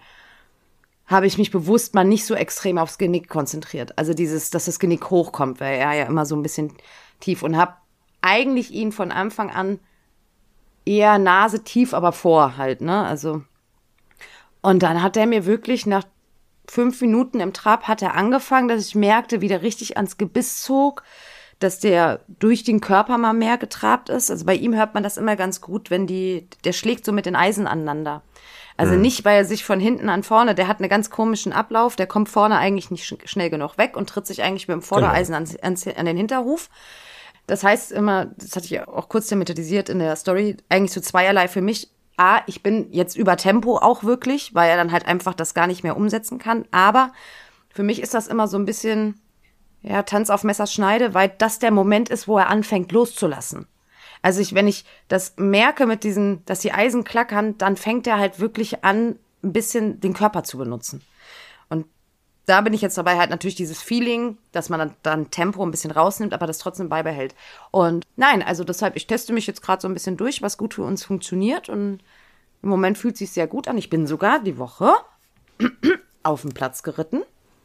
habe ich mich bewusst mal nicht so extrem aufs Genick konzentriert. Also dass das Genick hochkommt, weil er ja immer so ein bisschen tief und habe eigentlich ihn von Anfang an eher Nase tief, aber vor halt, ne? Also und dann hat er mir wirklich nach 5 Minuten im Trab hat er angefangen, dass ich merkte, wie der richtig ans Gebiss zog, dass der durch den Körper mal mehr getrabt ist. Also bei ihm hört man das immer ganz gut, wenn der schlägt so mit den Eisen aneinander. Also nicht, weil er sich von hinten an vorne, der hat einen ganz komischen Ablauf, der kommt vorne eigentlich nicht schnell genug weg und tritt sich eigentlich mit dem Vordereisen an den Hinterhuf. Das heißt immer, das hatte ich auch kurz thematisiert in der Story, eigentlich so zweierlei für mich. Ich bin jetzt über Tempo auch wirklich, weil er dann halt einfach das gar nicht mehr umsetzen kann. Aber für mich ist das immer so ein bisschen, ja, Tanz auf Messerschneide, weil das der Moment ist, wo er anfängt loszulassen. Also wenn ich das merke dass die Eisen klackern, dann fängt er halt wirklich an, ein bisschen den Körper zu benutzen. Und da bin ich jetzt dabei, halt natürlich dieses Feeling, dass man dann Tempo ein bisschen rausnimmt, aber das trotzdem beibehält. Und nein, also deshalb, ich teste mich jetzt gerade so ein bisschen durch, was gut für uns funktioniert. Und im Moment fühlt es sich sehr gut an. Ich bin sogar die Woche auf dem Platz geritten.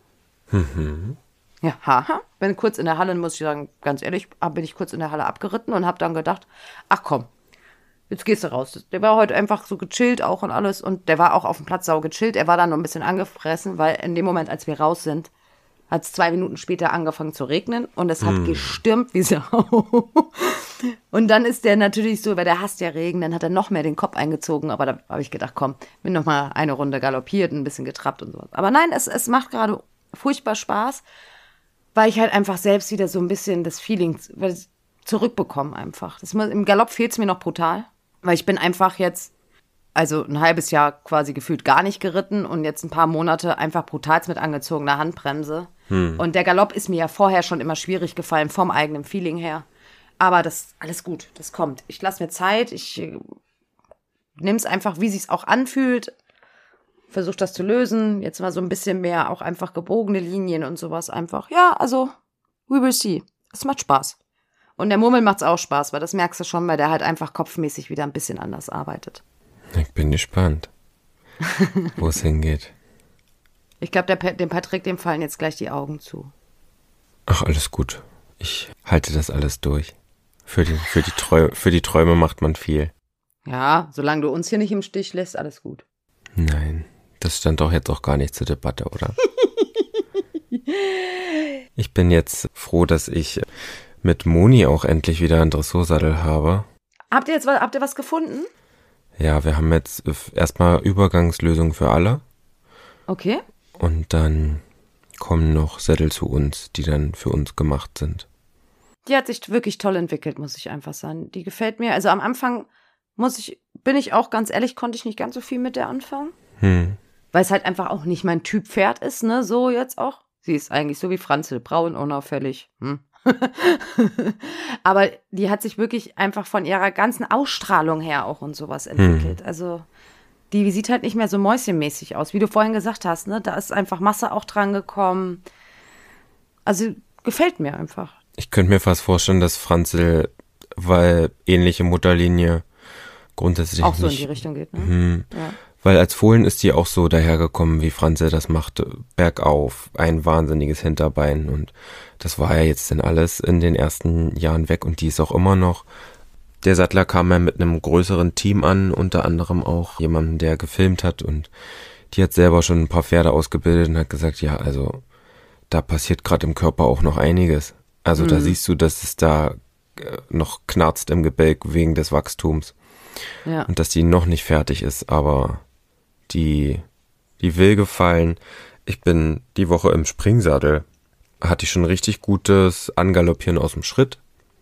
Ja, bin kurz in der Halle, muss ich sagen, ganz ehrlich, bin ich kurz in der Halle abgeritten und habe dann gedacht, ach komm, jetzt gehst du raus. Der war heute einfach so gechillt auch und alles und der war auch auf dem Platz sau gechillt. Er war dann noch ein bisschen angefressen, weil in dem Moment, als wir raus sind, hat es 2 Minuten später angefangen zu regnen und es hat gestürmt wie Sau. Und dann ist der natürlich so, weil der hasst ja Regen, dann hat er noch mehr den Kopf eingezogen, aber da habe ich gedacht, komm, bin noch mal eine Runde galoppiert, ein bisschen getrappt und sowas. Aber nein, es macht gerade furchtbar Spaß, weil ich halt einfach selbst wieder so ein bisschen das Feeling zurückbekomme einfach. Im Galopp fehlt es mir noch brutal, weil ich bin einfach jetzt also ein halbes Jahr quasi gefühlt gar nicht geritten und jetzt ein paar Monate einfach brutal mit angezogener Handbremse. Und der Galopp ist mir ja vorher schon immer schwierig gefallen, vom eigenen Feeling her. Aber das alles gut, das kommt. Ich lasse mir Zeit, ich nehme es einfach, wie sich's auch anfühlt, versuche das zu lösen. Jetzt mal so ein bisschen mehr auch einfach gebogene Linien und sowas einfach. Ja, also, we will see. Es macht Spaß. Und der Murmel macht's auch Spaß, weil das merkst du schon, weil der halt einfach kopfmäßig wieder ein bisschen anders arbeitet. Ich bin gespannt, wo es hingeht. Ich glaube, dem Patrick, dem fallen jetzt gleich die Augen zu. Ach, alles gut. Ich halte das alles durch. Für die Träume macht man viel. Ja, solange du uns hier nicht im Stich lässt, alles gut. Nein, das stand doch jetzt auch gar nicht zur Debatte, oder? Ich bin jetzt froh, dass ich mit Moni auch endlich wieder einen Dressursattel habe. Habt ihr was gefunden? Ja, wir haben jetzt erstmal Übergangslösungen für alle. Okay. Und dann kommen noch Sättel zu uns, die dann für uns gemacht sind. Die hat sich wirklich toll entwickelt, muss ich einfach sagen. Die gefällt mir. Also am Anfang bin ich auch ganz ehrlich, konnte ich nicht ganz so viel mit der anfangen. Weil es halt einfach auch nicht mein Typ Pferd ist, ne, so jetzt auch. Sie ist eigentlich so wie Franzl, braun, unauffällig. Aber die hat sich wirklich einfach von ihrer ganzen Ausstrahlung her auch und sowas entwickelt. Also die sieht halt nicht mehr so mäuschenmäßig aus, wie du vorhin gesagt hast, ne? Da ist einfach Masse auch dran gekommen. Also gefällt mir einfach. Ich könnte mir fast vorstellen, dass Franzl, weil ähnliche Mutterlinie grundsätzlich auch so nicht, in die Richtung geht, ne? Ja. Weil als Fohlen ist die auch so dahergekommen, wie Franzl das macht, bergauf, ein wahnsinniges Hinterbein und das war ja jetzt dann alles in den ersten Jahren weg und die ist auch immer noch. Der Sattler kam ja mit einem größeren Team an, unter anderem auch jemanden, der gefilmt hat und die hat selber schon ein paar Pferde ausgebildet und hat gesagt, ja, also da passiert gerade im Körper auch noch einiges. Also da siehst du, dass es da noch knarzt im Gebälk wegen des Wachstums. Ja. Und dass die noch nicht fertig ist, aber die will gefallen. Ich bin die Woche im Springsattel, hatte ich schon richtig gutes Angaloppieren aus dem Schritt.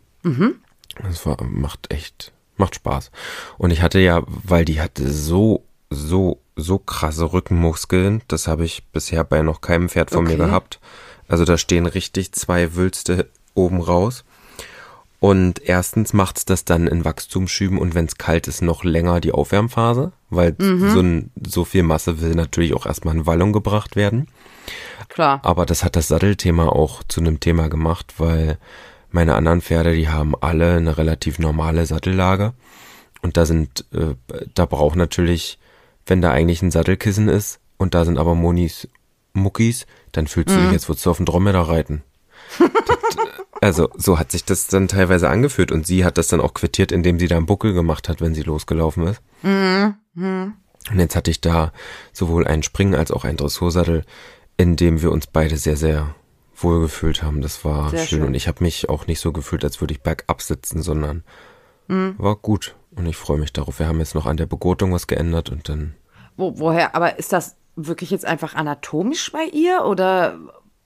Das macht Spaß. Und ich hatte ja, weil die hatte so krasse Rückenmuskeln, das habe ich bisher bei noch keinem Pferd von mir gehabt. Also da stehen richtig 2 Wülste oben raus. Und erstens macht's das dann in Wachstumsschüben und wenn es kalt ist, noch länger die Aufwärmphase, weil so viel Masse will natürlich auch erstmal in Wallung gebracht werden. Klar. Aber das hat das Sattelthema auch zu einem Thema gemacht, weil meine anderen Pferde, die haben alle eine relativ normale Sattellage. Und da braucht natürlich, wenn da eigentlich ein Sattelkissen ist und da sind aber Monis Muckis, dann fühlst du dich, jetzt würdest du auf dem Dromedar reiten. Also so hat sich das dann teilweise angefühlt und sie hat das dann auch quittiert, indem sie da einen Buckel gemacht hat, wenn sie losgelaufen ist. Und jetzt hatte ich da sowohl einen Springen- als auch einen Dressursattel, in dem wir uns beide sehr, sehr wohl gefühlt haben. Das war sehr schön und ich habe mich auch nicht so gefühlt, als würde ich bergab sitzen, sondern war gut und ich freue mich darauf. Wir haben jetzt noch an der Begurtung was geändert und dann... Woher, aber ist das wirklich jetzt einfach anatomisch bei ihr oder...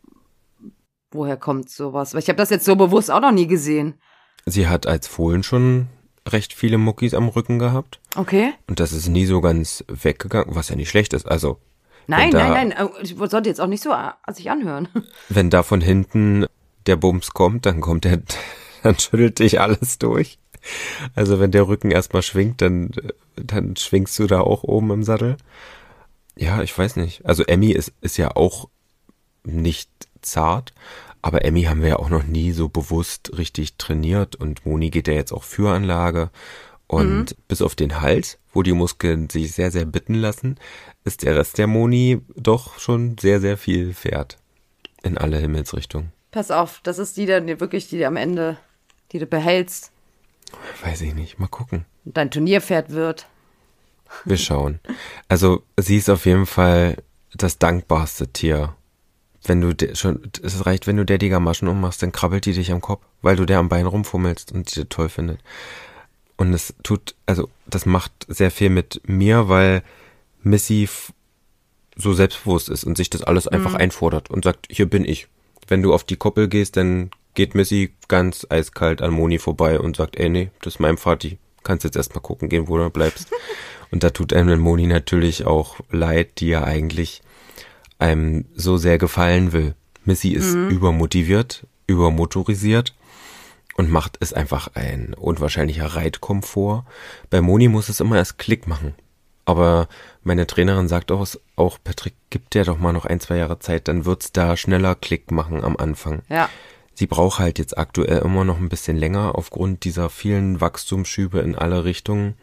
Woher kommt sowas? Weil ich habe das jetzt so bewusst auch noch nie gesehen. Sie hat als Fohlen schon recht viele Muckis am Rücken gehabt. Okay. Und das ist nie so ganz weggegangen, was ja nicht schlecht ist. Also Nein. Ich sollte jetzt auch nicht so sich anhören. Wenn da von hinten der Bums kommt, dann schüttelt dich alles durch. Also wenn der Rücken erstmal schwingt, dann schwingst du da auch oben im Sattel. Ja, ich weiß nicht. Also Emmy ist ja auch nicht zart, aber Emmy haben wir ja auch noch nie so bewusst richtig trainiert und Moni geht ja jetzt auch Führanlage und bis auf den Hals, wo die Muskeln sich sehr, sehr bitten lassen, ist der Rest der Moni doch schon sehr, sehr viel Pferd in alle Himmelsrichtungen. Pass auf, das ist die dann wirklich, die am Ende, die du behältst. Weiß ich nicht, mal gucken. Und dein Turnierpferd wird. Wir schauen. Also sie ist auf jeden Fall das dankbarste Tier. Es reicht, wenn du der die Gamaschen ummachst, dann krabbelt die dich am Kopf, weil du der am Bein rumfummelst und die toll findet. Und das macht sehr viel mit mir, weil Missy so selbstbewusst ist und sich das alles einfach einfordert und sagt, hier bin ich. Wenn du auf die Koppel gehst, dann geht Missy ganz eiskalt an Moni vorbei und sagt, ey, nee, das ist mein Vati. Kannst jetzt erstmal gucken gehen, wo du bleibst. Und da tut einem Moni natürlich auch leid, die ja eigentlich einem so sehr gefallen will. Missy ist übermotiviert, übermotorisiert und macht es einfach ein unwahrscheinlicher Reitkomfort. Bei Moni muss es immer erst Klick machen. Aber meine Trainerin sagt auch Patrick, gib dir doch mal noch 1-2 Jahre Zeit, dann wird's da schneller Klick machen am Anfang. Ja. Sie braucht halt jetzt aktuell immer noch ein bisschen länger aufgrund dieser vielen Wachstumsschübe in alle Richtungen,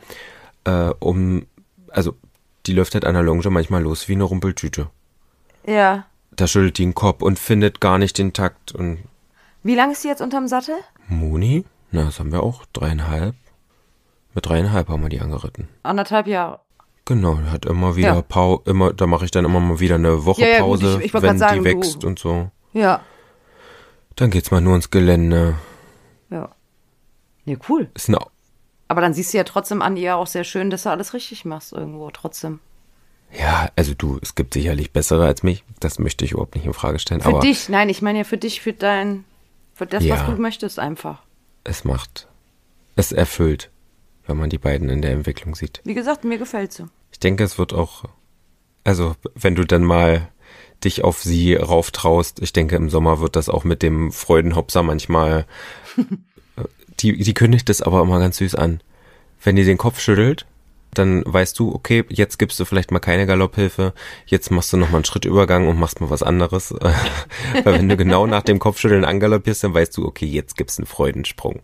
also die läuft halt an der Longe manchmal los wie eine Rumpeltüte. Ja. Da schüttelt die den Kopf und findet gar nicht den Takt. Und Wie lange ist sie jetzt unterm Sattel? Moni? Na, das haben wir auch 3,5. Mit 3,5 haben wir die angeritten. 1,5 Jahre. Genau, hat immer wieder da mache ich dann immer mal wieder eine Woche Pause, gut, ich wollt wenn grad sagen, die wächst und so. Ja. Dann geht's mal nur ins Gelände. Ja. Ja, cool. Ist eine, Aber dann siehst du ja trotzdem an ihr auch sehr schön, dass du alles richtig machst irgendwo trotzdem. ja, also es gibt sicherlich bessere als mich. Das möchte ich überhaupt nicht in Frage stellen. Für aber dich, nein, ich meine ja für dich, für das, Ja. was du möchtest einfach. es erfüllt, wenn man die beiden in der Entwicklung sieht. Wie gesagt, mir gefällt sie. Ich denke, es wird auch, also wenn du dann mal dich auf sie rauftraust, ich denke, im Sommer wird das auch mit dem Freudenhopser manchmal, die kündigt das aber immer ganz süß an. Wenn die den Kopf schüttelt, dann weißt du, okay, jetzt gibst du vielleicht mal keine Galopphilfe, jetzt machst du nochmal einen Schrittübergang und machst mal was anderes. Weil wenn du genau nach dem Kopfschütteln angaloppierst, dann weißt du, okay, jetzt gibt's einen Freudensprung.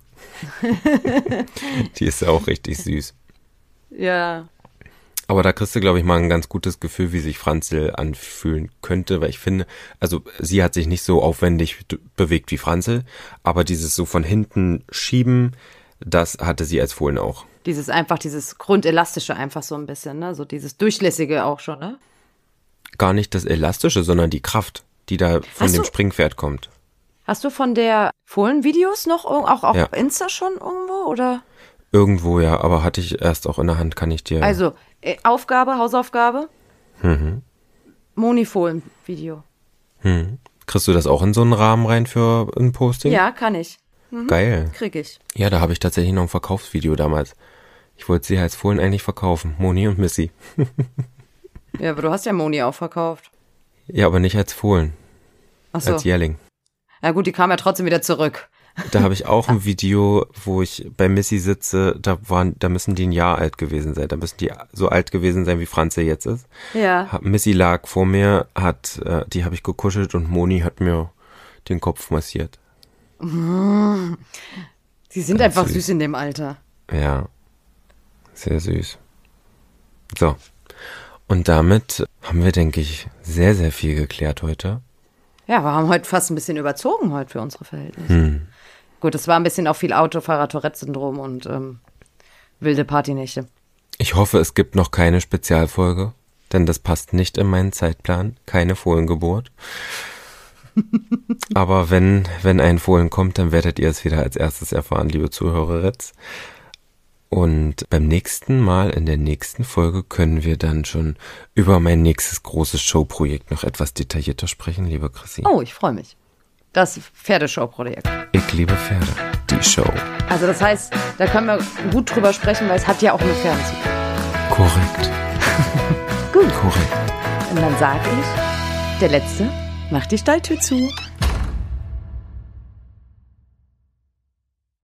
Die ist ja auch richtig süß. Ja. Aber da kriegst du, glaube ich, mal ein ganz gutes Gefühl, wie sich Franzl anfühlen könnte, weil ich finde, also sie hat sich nicht so aufwendig bewegt wie Franzl, aber dieses so von hinten schieben, das hatte sie als Fohlen auch. Dieses Grundelastische einfach so ein bisschen, ne? So dieses Durchlässige auch schon, ne? Gar nicht das Elastische, sondern die Kraft, die da von dem Springpferd kommt. Hast du von der Fohlen-Videos noch auch auf Ja. Insta schon irgendwo, oder? Irgendwo, ja, aber hatte ich erst auch in der Hand, kann ich dir. Also, Hausaufgabe, Moni-Fohlen-Video. Kriegst du das auch in so einen Rahmen rein für ein Posting? Ja, kann ich. Geil. Krieg ich. Ja, da habe ich tatsächlich noch ein Verkaufsvideo damals. Ich wollte sie als Fohlen eigentlich verkaufen, Moni und Missy. Ja, aber du hast ja Moni auch verkauft. Ja, aber nicht als Fohlen, Achso. als Jährling. Ja gut, die kam ja trotzdem wieder zurück. Da habe ich auch ein Video, wo ich bei Missy sitze, da müssen die ein Jahr alt gewesen sein. Da müssen die so alt gewesen sein, wie Franzl jetzt ist. Ja. Missy lag vor mir, die habe ich gekuschelt und Moni hat mir den Kopf massiert. Sie sind Ganz einfach süß. süß in dem Alter. Ja, sehr süß. So, und damit haben wir, denke ich, sehr, sehr viel geklärt heute. Ja, wir haben heute fast ein bisschen überzogen heute für unsere Verhältnisse. Gut, es war ein bisschen auch viel Autofahrer-Tourette-Syndrom und wilde Partynächte. Ich hoffe, es gibt noch keine Spezialfolge, denn das passt nicht in meinen Zeitplan. Keine Fohlengeburt. Aber wenn ein Fohlen kommt, dann werdet ihr es wieder als erstes erfahren, liebe Zuhöreritz. Und beim nächsten Mal, in der nächsten Folge, können wir dann schon über mein nächstes großes Showprojekt noch etwas detaillierter sprechen, liebe Chrissy. Oh, ich freue mich. Das Pferdeshow-Projekt. Ich liebe Pferde. Die Show. Also das heißt, da können wir gut drüber sprechen, weil es hat ja auch mit Pferden zu tun. Korrekt. Gut. Korrekt. Und dann sage ich, der Letzte macht die Stalltür zu.